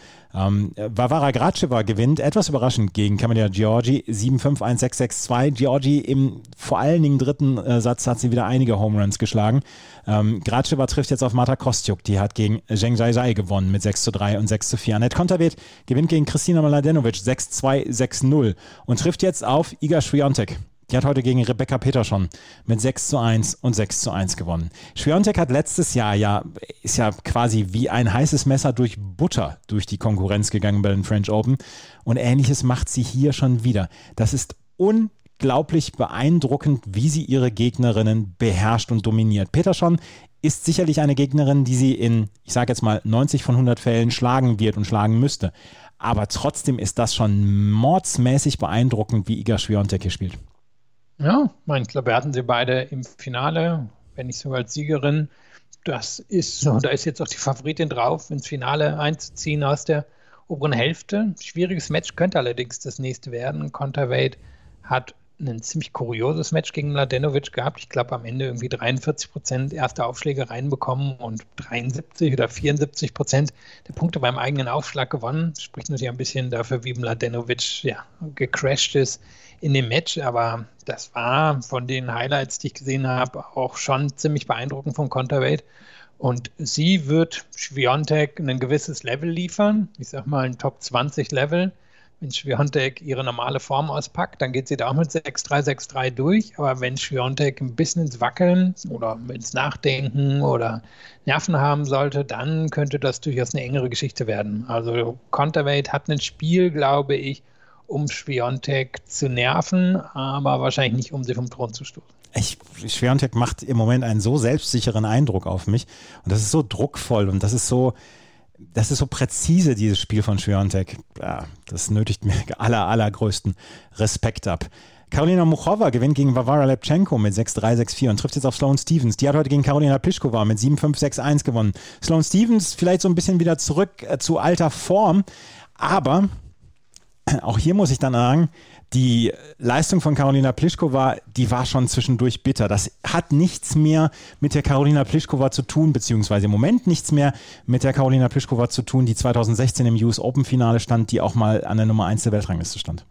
Varvara Gracheva gewinnt etwas überraschend gegen Camila Giorgi 7:5, 1:6, 6:2. Giorgi im vor allen Dingen dritten Satz hat sie wieder einige Home Runs geschlagen. Gracheva trifft jetzt auf Marta Kostyuk, die hat gegen Zheng Zhaizai gewonnen mit 6:3 und 6:4. Anett Kontaveit gewinnt gegen Kristina Mladenovic 6:2, 6:0 und trifft jetzt auf Iga Swiatek. Die hat heute gegen Rebecca Peterson mit 6:1 und 6:1 gewonnen. Swiatek hat letztes Jahr ist ja quasi wie ein heißes Messer durch Butter durch die Konkurrenz gegangen bei den French Open. Und Ähnliches macht sie hier schon wieder. Das ist unglaublich beeindruckend, wie sie ihre Gegnerinnen beherrscht und dominiert. Peterson ist sicherlich eine Gegnerin, die sie in, ich sage jetzt mal, 90 von 100 Fällen schlagen wird und schlagen müsste. Aber trotzdem ist das schon mordsmäßig beeindruckend, wie Iga Swiatek hier spielt. Ja, ich glaube, wir hatten sie beide im Finale, wenn nicht sogar als Siegerin. Das ist so, da ist jetzt auch die Favoritin drauf, ins Finale einzuziehen aus der oberen Hälfte. Schwieriges Match könnte allerdings das nächste werden. Kontaveit hat ein ziemlich kurioses Match gegen Mladenovic gehabt. Ich glaube, am Ende irgendwie 43% erste Aufschläge reinbekommen und 73 oder 74% der Punkte beim eigenen Aufschlag gewonnen. Das spricht natürlich ein bisschen dafür, wie Mladenovic gecrashed ist in dem Match, aber das war von den Highlights, die ich gesehen habe, auch schon ziemlich beeindruckend von Kontaveit. Und sie wird Swiatek ein gewisses Level liefern, ich sag mal ein Top 20 Level. Wenn Swiatek ihre normale Form auspackt, dann geht sie da auch mit 6-3, 6-3 durch. Aber wenn Swiatek ein bisschen ins Wackeln oder ins Nachdenken oder Nerven haben sollte, dann könnte das durchaus eine engere Geschichte werden. Also Kontaveit hat ein Spiel, glaube ich, um Swiatek zu nerven, aber wahrscheinlich nicht, um sie vom Thron zu stoßen. Swiatek macht im Moment einen so selbstsicheren Eindruck auf mich und das ist so druckvoll und das ist so präzise, dieses Spiel von Swiatek. Ja, das nötigt mir allergrößten Respekt ab. Karolina Muchova gewinnt gegen Varvara Lepchenko mit 6-3, 6-4 und trifft jetzt auf Sloane Stephens. Die hat heute gegen Karolina Pliskova mit 7-5, 6-1 gewonnen. Sloane Stephens vielleicht so ein bisschen wieder zurück zu alter Form, aber auch hier muss ich dann sagen, die Leistung von Karolina Pliskova, die war schon zwischendurch bitter. Das hat nichts mehr mit der Karolina Pliskova zu tun, beziehungsweise im Moment nichts mehr mit der Karolina Pliskova zu tun, die 2016 im US Open Finale stand, die auch mal an der Nummer 1 der Weltrangliste stand.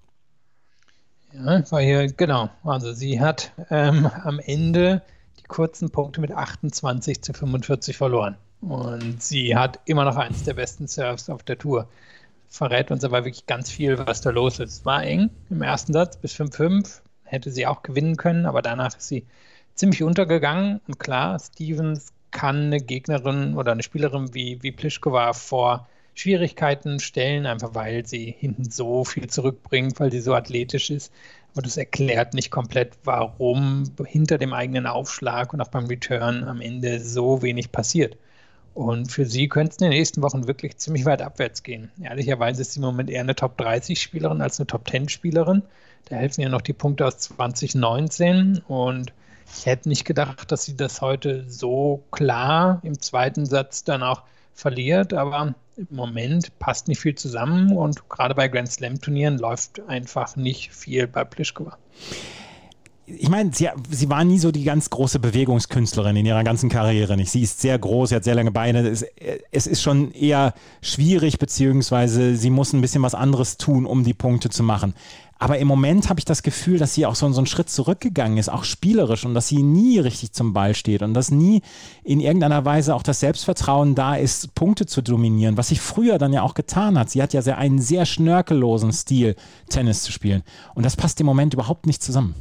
Ja, war hier, genau. Also sie hat am Ende die kurzen Punkte mit 28-45 verloren. Und sie hat immer noch eins der besten Serves auf der Tour. Verrät uns aber wirklich ganz viel, was da los ist. Es war eng im ersten Satz bis 5-5, hätte sie auch gewinnen können, aber danach ist sie ziemlich untergegangen. Und klar, Stephens kann eine Gegnerin oder eine Spielerin wie Pliskova vor Schwierigkeiten stellen, einfach weil sie hinten so viel zurückbringt, weil sie so athletisch ist. Aber das erklärt nicht komplett, warum hinter dem eigenen Aufschlag und auch beim Return am Ende so wenig passiert. Und für sie könnte es in den nächsten Wochen wirklich ziemlich weit abwärts gehen. Ehrlicherweise ist sie im Moment eher eine Top-30-Spielerin als eine Top-10-Spielerin. Da helfen ja noch die Punkte aus 2019. Und ich hätte nicht gedacht, dass sie das heute so klar im zweiten Satz dann auch verliert. Aber im Moment passt nicht viel zusammen. Und gerade bei Grand Slam-Turnieren läuft einfach nicht viel bei Pliskova. Ich meine, sie war nie so die ganz große Bewegungskünstlerin in ihrer ganzen Karriere nicht. Sie ist sehr groß, sie hat sehr lange Beine. Es ist schon eher schwierig, beziehungsweise sie muss ein bisschen was anderes tun, um die Punkte zu machen. Aber im Moment habe ich das Gefühl, dass sie auch so einen Schritt zurückgegangen ist, auch spielerisch, und dass sie nie richtig zum Ball steht und dass nie in irgendeiner Weise auch das Selbstvertrauen da ist, Punkte zu dominieren, was sie früher dann ja auch getan hat. Sie hat ja einen sehr schnörkellosen Stil, Tennis zu spielen. Und das passt im Moment überhaupt nicht zusammen.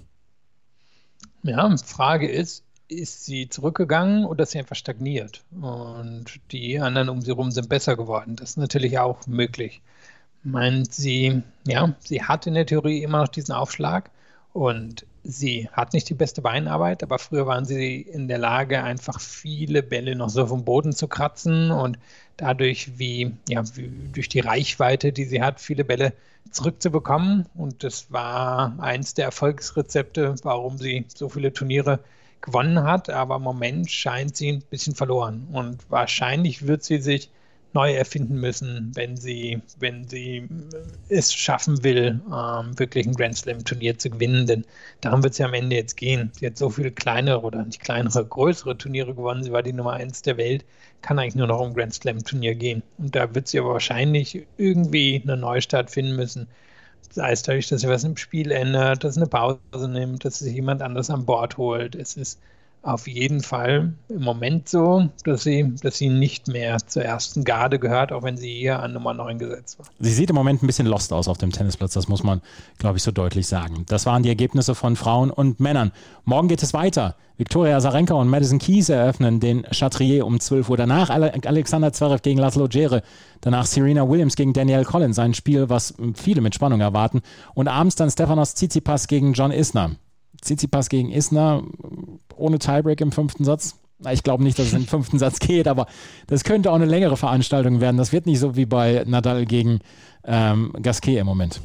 Ja, Frage ist sie zurückgegangen oder ist sie einfach stagniert? Und die anderen um sie herum sind besser geworden. Das ist natürlich auch möglich. Meint sie, sie hat in der Theorie immer noch diesen Aufschlag und sie hat nicht die beste Beinarbeit, aber früher waren sie in der Lage, einfach viele Bälle noch so vom Boden zu kratzen und dadurch, wie durch die Reichweite, die sie hat, viele Bälle zurückzubekommen. Und das war eins der Erfolgsrezepte, warum sie so viele Turniere gewonnen hat. Aber im Moment scheint sie ein bisschen verloren. Und wahrscheinlich wird sie sich neu erfinden müssen, wenn sie es schaffen will, wirklich ein Grand Slam Turnier zu gewinnen. Denn darum wird es ja am Ende jetzt gehen. Sie hat so viele kleinere oder nicht kleinere, größere Turniere gewonnen. Sie war die Nummer 1 der Welt. Kann eigentlich nur noch um Grand Slam Turnier gehen. Und da wird sie aber wahrscheinlich irgendwie eine Neustart finden müssen. Sei es dadurch, dass sie was im Spiel ändert, dass sie eine Pause nimmt, dass sie sich jemand anders an Bord holt. Es ist auf jeden Fall im Moment so, dass sie nicht mehr zur ersten Garde gehört, auch wenn sie hier an Nummer 9 gesetzt war. Sie sieht im Moment ein bisschen lost aus auf dem Tennisplatz, das muss man, glaube ich, so deutlich sagen. Das waren die Ergebnisse von Frauen und Männern. Morgen geht es weiter. Viktoria Azarenka und Madison Keys eröffnen den Chatrier um 12 Uhr. Danach Alexander Zverev gegen Laszlo Djere. Danach Serena Williams gegen Danielle Collins. Ein Spiel, was viele mit Spannung erwarten. Und abends dann Stefanos Tsitsipas gegen John Isner. Tsitsipas gegen Isner ohne Tiebreak im 5. Satz. Ich glaube nicht, dass es im 5. Satz geht, aber das könnte auch eine längere Veranstaltung werden. Das wird nicht so wie bei Nadal gegen Gasquet im Moment.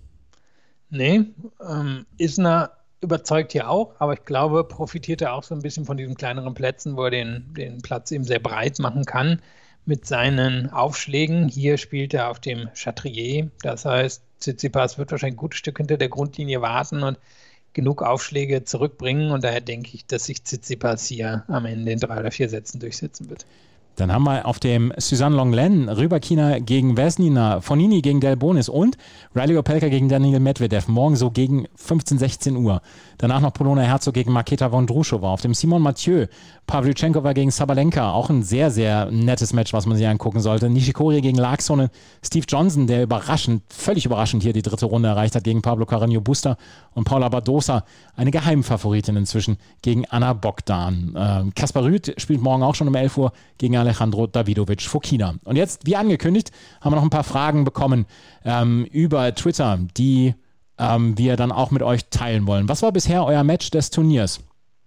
Nee, Isner überzeugt ja auch, aber ich glaube, profitiert er auch so ein bisschen von diesen kleineren Plätzen, wo er den Platz eben sehr breit machen kann mit seinen Aufschlägen. Hier spielt er auf dem Chatrier. Das heißt, Tsitsipas wird wahrscheinlich ein gutes Stück hinter der Grundlinie warten und genug Aufschläge zurückbringen, und daher denke ich, dass sich Tsitsipas hier am Ende in 3 oder 4 Sätzen durchsetzen wird. Dann haben wir auf dem Suzanne Lenglen Rybakina gegen Vesnina, Fognini gegen Delbonis und Riley Opelka gegen Daniil Medvedev. Morgen so gegen 15, 16 Uhr. Danach noch Polona Herzog gegen Marketa Vondrushova. Auf dem Simon Mathieu, Pavlyuchenkova gegen Sabalenka. Auch ein sehr, sehr nettes Match, was man sich angucken sollte. Nishikori gegen Laaksonen. Steve Johnson, der völlig überraschend hier die 3. Runde erreicht hat gegen Pablo Carreño Busta. Und Paula Badosa, eine Geheimfavoritin inzwischen, gegen Anna Bogdan. Kaspar Rüth spielt morgen auch schon um 11 Uhr gegen Alejandro Davidovic Fokina. Und jetzt, wie angekündigt, haben wir noch ein paar Fragen bekommen über Twitter, die wir dann auch mit euch teilen wollen. Was war bisher euer Match des Turniers?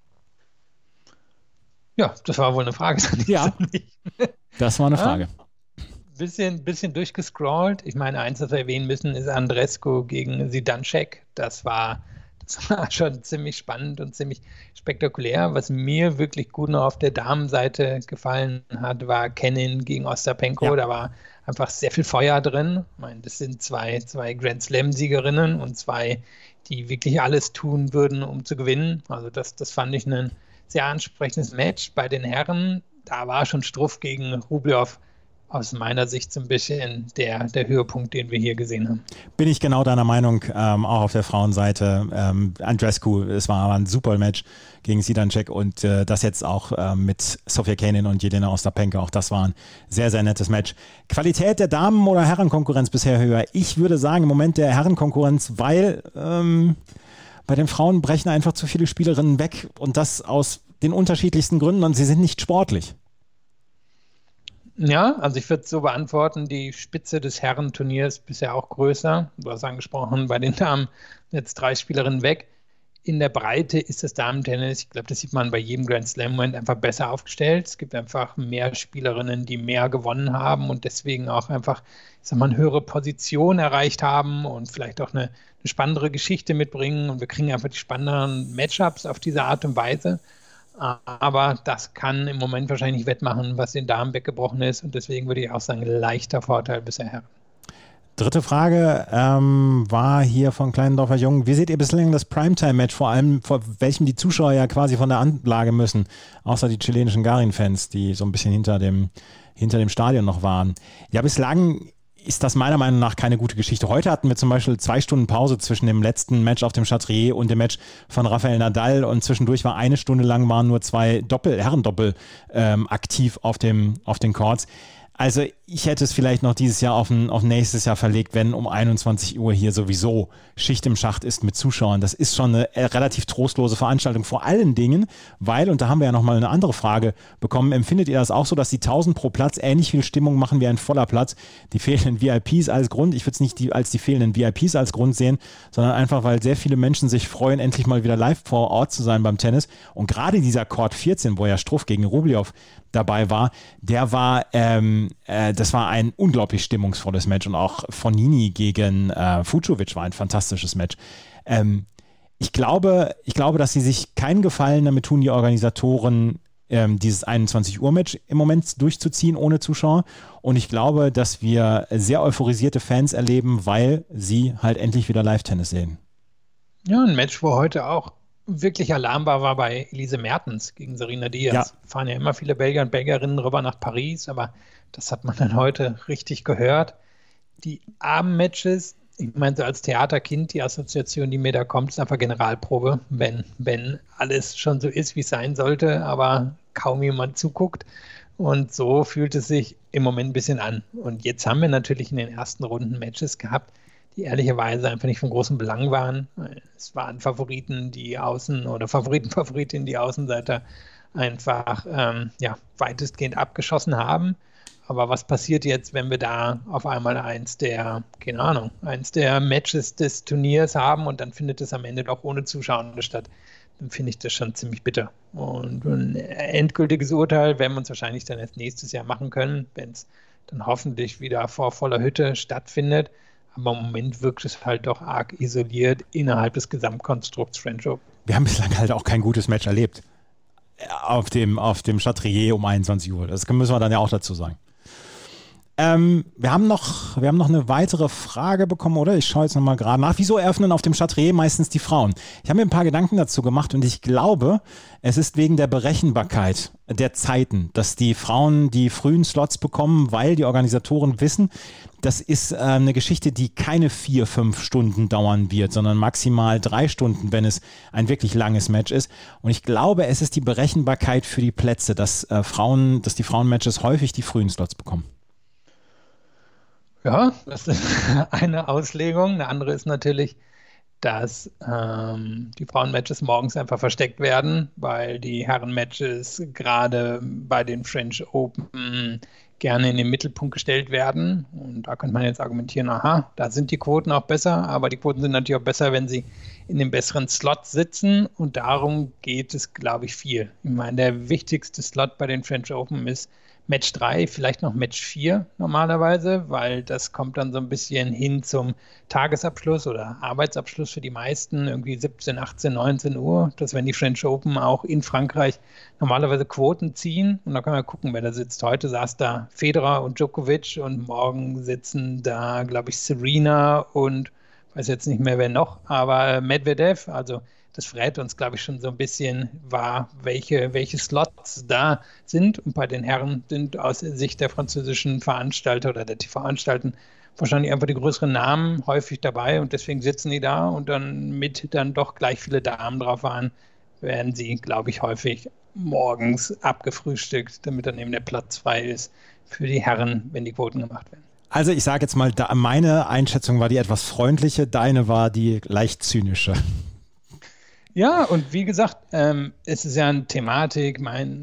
Ja, das war wohl eine Frage. Ja, das war eine Frage. Bisschen durchgescrollt. Ich meine, eins, das wir erwähnen müssen, ist Andreescu gegen Zidansek. Das war schon ziemlich spannend und ziemlich spektakulär. Was mir wirklich gut noch auf der Damenseite gefallen hat, war Kenin gegen Ostapenko. Ja. Da war einfach sehr viel Feuer drin. Ich meine, das sind zwei Grand Slam-Siegerinnen und 2, die wirklich alles tun würden, um zu gewinnen. Also das fand ich ein sehr ansprechendes Match. Bei den Herren, da war schon Struff gegen Rublev aus meiner Sicht so ein bisschen der Höhepunkt, den wir hier gesehen haben. Bin ich genau deiner Meinung, auch auf der Frauenseite. Andreescu, es war aber ein super Match gegen Zidansek und das jetzt auch mit Sofia Kenin und Jelena Ostapenko, auch das war ein sehr, sehr nettes Match. Qualität der Damen- oder Herrenkonkurrenz bisher höher? Ich würde sagen, im Moment der Herrenkonkurrenz, weil bei den Frauen brechen einfach zu viele Spielerinnen weg und das aus den unterschiedlichsten Gründen und sie sind nicht sportlich. Ja, also ich würde es so beantworten, die Spitze des Herrenturniers ist bisher auch größer. Du hast angesprochen, bei den Damen jetzt 3 Spielerinnen weg. In der Breite ist das Damen-Tennis, ich glaube, das sieht man bei jedem Grand Slam-Moment, einfach besser aufgestellt. Es gibt einfach mehr Spielerinnen, die mehr gewonnen haben und deswegen auch einfach, ich sag mal, eine höhere Position erreicht haben und vielleicht auch eine spannendere Geschichte mitbringen. Und wir kriegen einfach die spannenderen Matchups auf diese Art und Weise. Aber das kann im Moment wahrscheinlich nicht wettmachen, was den Damen weggebrochen ist. Und deswegen würde ich auch sagen, leichter Vorteil bisher Herren. Dritte Frage war hier von Kleinendorfer Jung. Wie seht ihr bislang das Primetime-Match, vor allem vor welchem die Zuschauer ja quasi von der Anlage müssen, außer die chilenischen Garin-Fans, die so ein bisschen hinter dem Stadion noch waren? Ja, bislang ist das meiner Meinung nach keine gute Geschichte. Heute hatten wir zum Beispiel 2 Stunden Pause zwischen dem letzten Match auf dem Chatrier und dem Match von Rafael Nadal und zwischendurch war 1 Stunde lang waren nur 2 Herrendoppel aktiv auf den Courts. Also ich hätte es vielleicht noch dieses Jahr auf nächstes Jahr verlegt, wenn um 21 Uhr hier sowieso Schicht im Schacht ist mit Zuschauern. Das ist schon eine relativ trostlose Veranstaltung. Vor allen Dingen, weil, und da haben wir ja nochmal eine andere Frage bekommen, empfindet ihr das auch so, dass die 1000 pro Platz ähnlich viel Stimmung machen wie ein voller Platz? Die fehlenden VIPs als Grund, ich würde es nicht als die fehlenden VIPs als Grund sehen, sondern einfach, weil sehr viele Menschen sich freuen, endlich mal wieder live vor Ort zu sein beim Tennis. Und gerade dieser Court 14, wo ja Struff gegen Rublev dabei war, das war ein unglaublich stimmungsvolles Match und auch Fognini gegen Fucsovics war ein fantastisches Match. Ich glaube, dass sie sich keinen Gefallen damit tun, die Organisatoren dieses 21-Uhr-Match im Moment durchzuziehen ohne Zuschauer und ich glaube, dass wir sehr euphorisierte Fans erleben, weil sie halt endlich wieder Live-Tennis sehen. Ja, ein Match, wo heute auch wirklich alarmbar war bei Elise Mertens gegen Serena Diaz. Ja. Fahren ja immer viele Belgier und Belgierinnen rüber nach Paris, aber das hat man dann heute richtig gehört. Die Abendmatches, ich meine, so als Theaterkind, die Assoziation, die mir da kommt, ist einfach Generalprobe, wenn alles schon so ist, wie es sein sollte, aber kaum jemand zuguckt. Und so fühlt es sich im Moment ein bisschen an. Und jetzt haben wir natürlich in den ersten Runden Matches gehabt, die ehrlicherweise einfach nicht von großem Belang waren. Es waren Favoriten, die Favoritinnen, die Außenseiter einfach weitestgehend abgeschossen haben. Aber was passiert jetzt, wenn wir da auf einmal eins der Matches des Turniers haben und dann findet es am Ende doch ohne Zuschauer statt? Dann finde ich das schon ziemlich bitter. Und ein endgültiges Urteil werden wir uns wahrscheinlich dann erst nächstes Jahr machen können, wenn es dann hoffentlich wieder vor voller Hütte stattfindet. Aber im Moment wirkt es halt doch arg isoliert innerhalb des Gesamtkonstrukts French Open. Wir haben bislang halt auch kein gutes Match erlebt auf dem Chatrier um 21 Uhr. Das müssen wir dann ja auch dazu sagen. Wir haben noch eine weitere Frage bekommen, oder? Ich schaue jetzt nochmal gerade nach. Wieso eröffnen auf dem Chatrier meistens die Frauen? Ich habe mir ein paar Gedanken dazu gemacht und ich glaube, es ist wegen der Berechenbarkeit der Zeiten, dass die Frauen die frühen Slots bekommen, weil die Organisatoren wissen, das ist eine Geschichte, die keine 4-5 Stunden dauern wird, sondern maximal 3 Stunden, wenn es ein wirklich langes Match ist. Und ich glaube, es ist die Berechenbarkeit für die Plätze, dass die Frauenmatches häufig die frühen Slots bekommen. Ja, das ist eine Auslegung. Eine andere ist natürlich, dass die Frauenmatches morgens einfach versteckt werden, weil die Herrenmatches gerade bei den French Open gerne in den Mittelpunkt gestellt werden. Und da könnte man jetzt argumentieren, da sind die Quoten auch besser, aber die Quoten sind natürlich auch besser, wenn sie in den besseren Slot sitzen. Und darum geht es, glaube ich, viel. Ich meine, der wichtigste Slot bei den French Open ist Match 3, vielleicht noch Match 4 normalerweise, weil das kommt dann so ein bisschen hin zum Tagesabschluss oder Arbeitsabschluss für die meisten, irgendwie 17, 18, 19 Uhr. Das werden die French Open auch in Frankreich normalerweise Quoten ziehen. Und da können wir gucken, wer da sitzt. Heute saß da Federer und Djokovic und morgen sitzen da, glaube ich, Serena und weiß jetzt nicht mehr, wer noch, aber Medvedev, also das verrät uns, glaube ich, schon so ein bisschen, welche Slots da sind. Und bei den Herren sind aus Sicht der französischen Veranstalter oder der TV-Anstalten wahrscheinlich einfach die größeren Namen häufig dabei. Und deswegen sitzen die da und dann dann doch gleich viele Damen drauf waren, werden sie, glaube ich, häufig morgens abgefrühstückt, damit dann eben der Platz frei ist für die Herren, wenn die Quoten gemacht werden. Also ich sage jetzt mal, meine Einschätzung war die etwas freundliche, deine war die leicht zynische. Ja, und wie gesagt, es ist ja eine Thematik,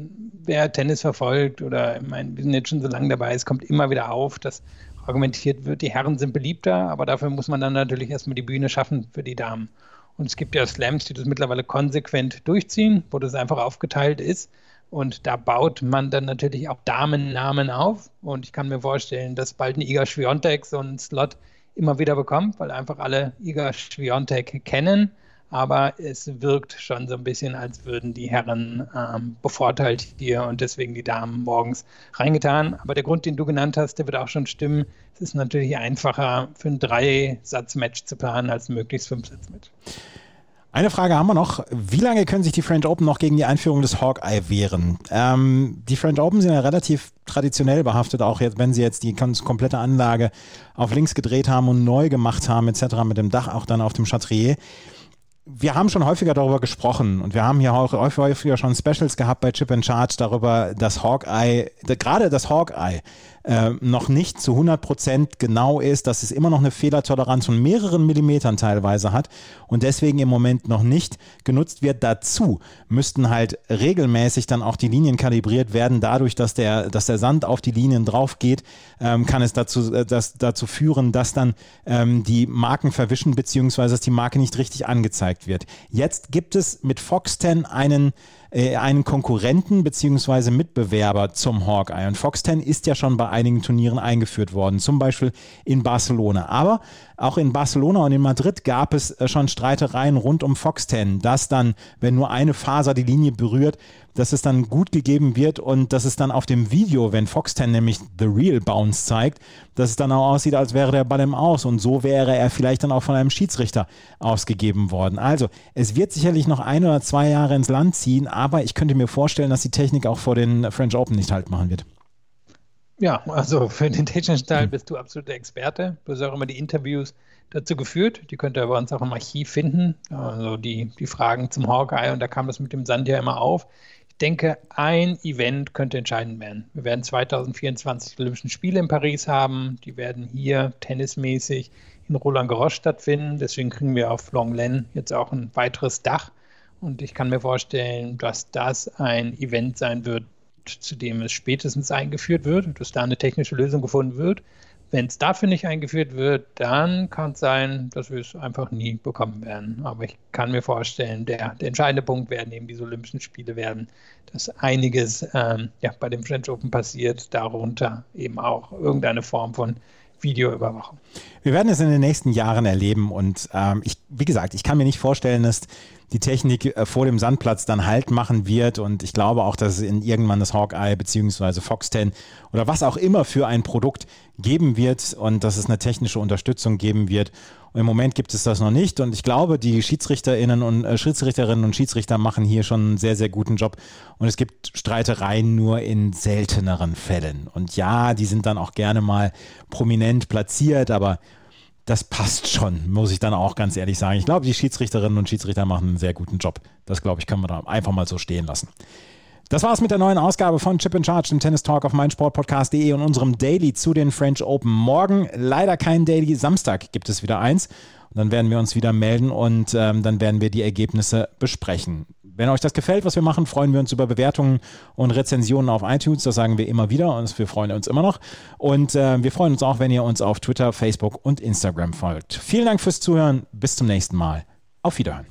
wer Tennis verfolgt oder wir sind jetzt schon so lange dabei, es kommt immer wieder auf, dass argumentiert wird, die Herren sind beliebter, aber dafür muss man dann natürlich erstmal die Bühne schaffen für die Damen. Und es gibt ja Slams, die das mittlerweile konsequent durchziehen, wo das einfach aufgeteilt ist. Und da baut man dann natürlich auch Damennamen auf. Und ich kann mir vorstellen, dass bald ein Iga Swiatek so einen Slot immer wieder bekommt, weil einfach alle Iga Swiatek kennen. Aber es wirkt schon so ein bisschen, als würden die Herren bevorteilt hier und deswegen die Damen morgens reingetan. Aber der Grund, den du genannt hast, der wird auch schon stimmen. Es ist natürlich einfacher, für ein 3-Satz-Match zu planen, als ein möglichst 5-Satz-Match. Eine Frage haben wir noch. Wie lange können sich die French Open noch gegen die Einführung des Hawkeye wehren? Die French Open sind ja relativ traditionell behaftet, auch jetzt, wenn sie jetzt die komplette Anlage auf links gedreht haben und neu gemacht haben, etc. mit dem Dach auch dann auf dem Chatrier. Wir haben schon häufiger darüber gesprochen und wir haben hier auch häufiger schon Specials gehabt bei Chip and Charge darüber, dass Hawkeye, gerade das Hawkeye, noch nicht zu 100% genau ist, dass es immer noch eine Fehlertoleranz von mehreren Millimetern teilweise hat und deswegen im Moment noch nicht genutzt wird. Dazu müssten halt regelmäßig dann auch die Linien kalibriert werden. Dadurch, dass der Sand auf die Linien drauf geht, kann es dazu führen, dass dann die Marken verwischen beziehungsweise dass die Marke nicht richtig angezeigt wird. Jetzt gibt es mit Fox 10 einen Konkurrenten bzw. Mitbewerber zum Hawkeye. Und Fox 10 ist ja schon bei einigen Turnieren eingeführt worden, zum Beispiel in Barcelona. Aber auch in Barcelona und in Madrid gab es schon Streitereien rund um Fox 10, dass dann, wenn nur eine Faser die Linie berührt, dass es dann gut gegeben wird und dass es dann auf dem Video, wenn Fox 10 nämlich The Real Bounce zeigt, dass es dann auch aussieht, als wäre der Ball im Aus und so wäre er vielleicht dann auch von einem Schiedsrichter ausgegeben worden. Also es wird sicherlich noch 1 oder 2 Jahre ins Land ziehen, aber ich könnte mir vorstellen, dass die Technik auch vor den French Open nicht halt machen wird. Ja, also für den technischen Teil bist du absoluter Experte. Du hast auch immer die Interviews dazu geführt. Die könnt ihr bei uns auch im Archiv finden. Also die Fragen zum Hawkeye und da kam das mit dem Sand ja immer auf. Ich denke, ein Event könnte entscheidend werden. Wir werden 2024 die Olympischen Spiele in Paris haben. Die werden hier tennismäßig in Roland-Garros stattfinden. Deswegen kriegen wir auf Longlen jetzt auch ein weiteres Dach. Und ich kann mir vorstellen, dass das ein Event sein wird, zu dem es spätestens eingeführt wird, dass da eine technische Lösung gefunden wird. Wenn es dafür nicht eingeführt wird, dann kann es sein, dass wir es einfach nie bekommen werden. Aber ich kann mir vorstellen, der entscheidende Punkt werden eben diese Olympischen Spiele werden, dass einiges bei dem French Open passiert, darunter eben auch irgendeine Form von Videoüberwachung. Wir werden es in den nächsten Jahren erleben und wie gesagt, ich kann mir nicht vorstellen, dass die Technik vor dem Sandplatz dann Halt machen wird und ich glaube auch, dass es irgendwann das Hawkeye bzw. Fox 10 oder was auch immer für ein Produkt geben wird und dass es eine technische Unterstützung geben wird. Und im Moment gibt es das noch nicht und ich glaube, die Schiedsrichterinnen und Schiedsrichter machen hier schon einen sehr, sehr guten Job und es gibt Streitereien nur in selteneren Fällen. Und ja, die sind dann auch gerne mal prominent platziert, aber das passt schon, muss ich dann auch ganz ehrlich sagen. Ich glaube, die Schiedsrichterinnen und Schiedsrichter machen einen sehr guten Job. Das, glaube ich, können wir da einfach mal so stehen lassen. Das war's mit der neuen Ausgabe von Chip and Charge, dem Tennis Talk auf meinsportpodcast.de und unserem Daily zu den French Open. Morgen leider kein Daily, Samstag gibt es wieder eins. Und dann werden wir uns wieder melden und dann werden wir die Ergebnisse besprechen. Wenn euch das gefällt, was wir machen, freuen wir uns über Bewertungen und Rezensionen auf iTunes. Das sagen wir immer wieder und wir freuen uns immer noch. Und wir freuen uns auch, wenn ihr uns auf Twitter, Facebook und Instagram folgt. Vielen Dank fürs Zuhören. Bis zum nächsten Mal. Auf Wiederhören.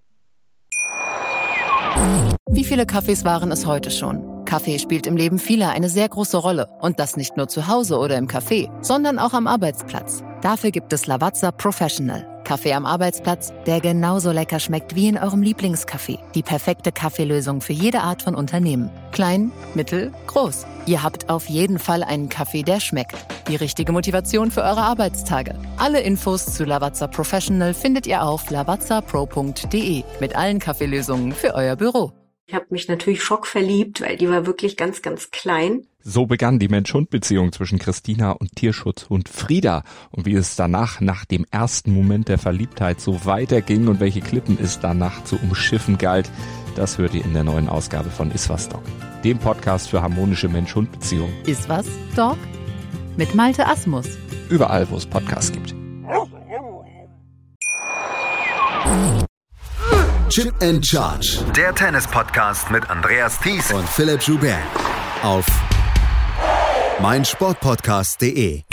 Wie viele Kaffees waren es heute schon? Kaffee spielt im Leben vieler eine sehr große Rolle. Und das nicht nur zu Hause oder im Café, sondern auch am Arbeitsplatz. Dafür gibt es Lavazza Professional. Kaffee am Arbeitsplatz, der genauso lecker schmeckt wie in eurem Lieblingscafé. Die perfekte Kaffeelösung für jede Art von Unternehmen. Klein, mittel, groß. Ihr habt auf jeden Fall einen Kaffee, der schmeckt. Die richtige Motivation für eure Arbeitstage. Alle Infos zu Lavazza Professional findet ihr auf lavazzapro.de mit allen Kaffeelösungen für euer Büro. Ich habe mich natürlich schockverliebt, weil die war wirklich ganz, ganz klein. So begann die Mensch-Hund-Beziehung zwischen Christina und Tierschutzhund Frieda. Und wie es danach, nach dem ersten Moment der Verliebtheit, so weiterging und welche Klippen es danach zu umschiffen galt, das hört ihr in der neuen Ausgabe von Iswas Dog, dem Podcast für harmonische Mensch-Hund-Beziehungen. Iswas Dog? Mit Malte Asmus. Überall, wo es Podcasts gibt. Chip and Charge. Der Tennis-Podcast mit Andreas Thies und Philipp Joubert auf meinsportpodcast.de.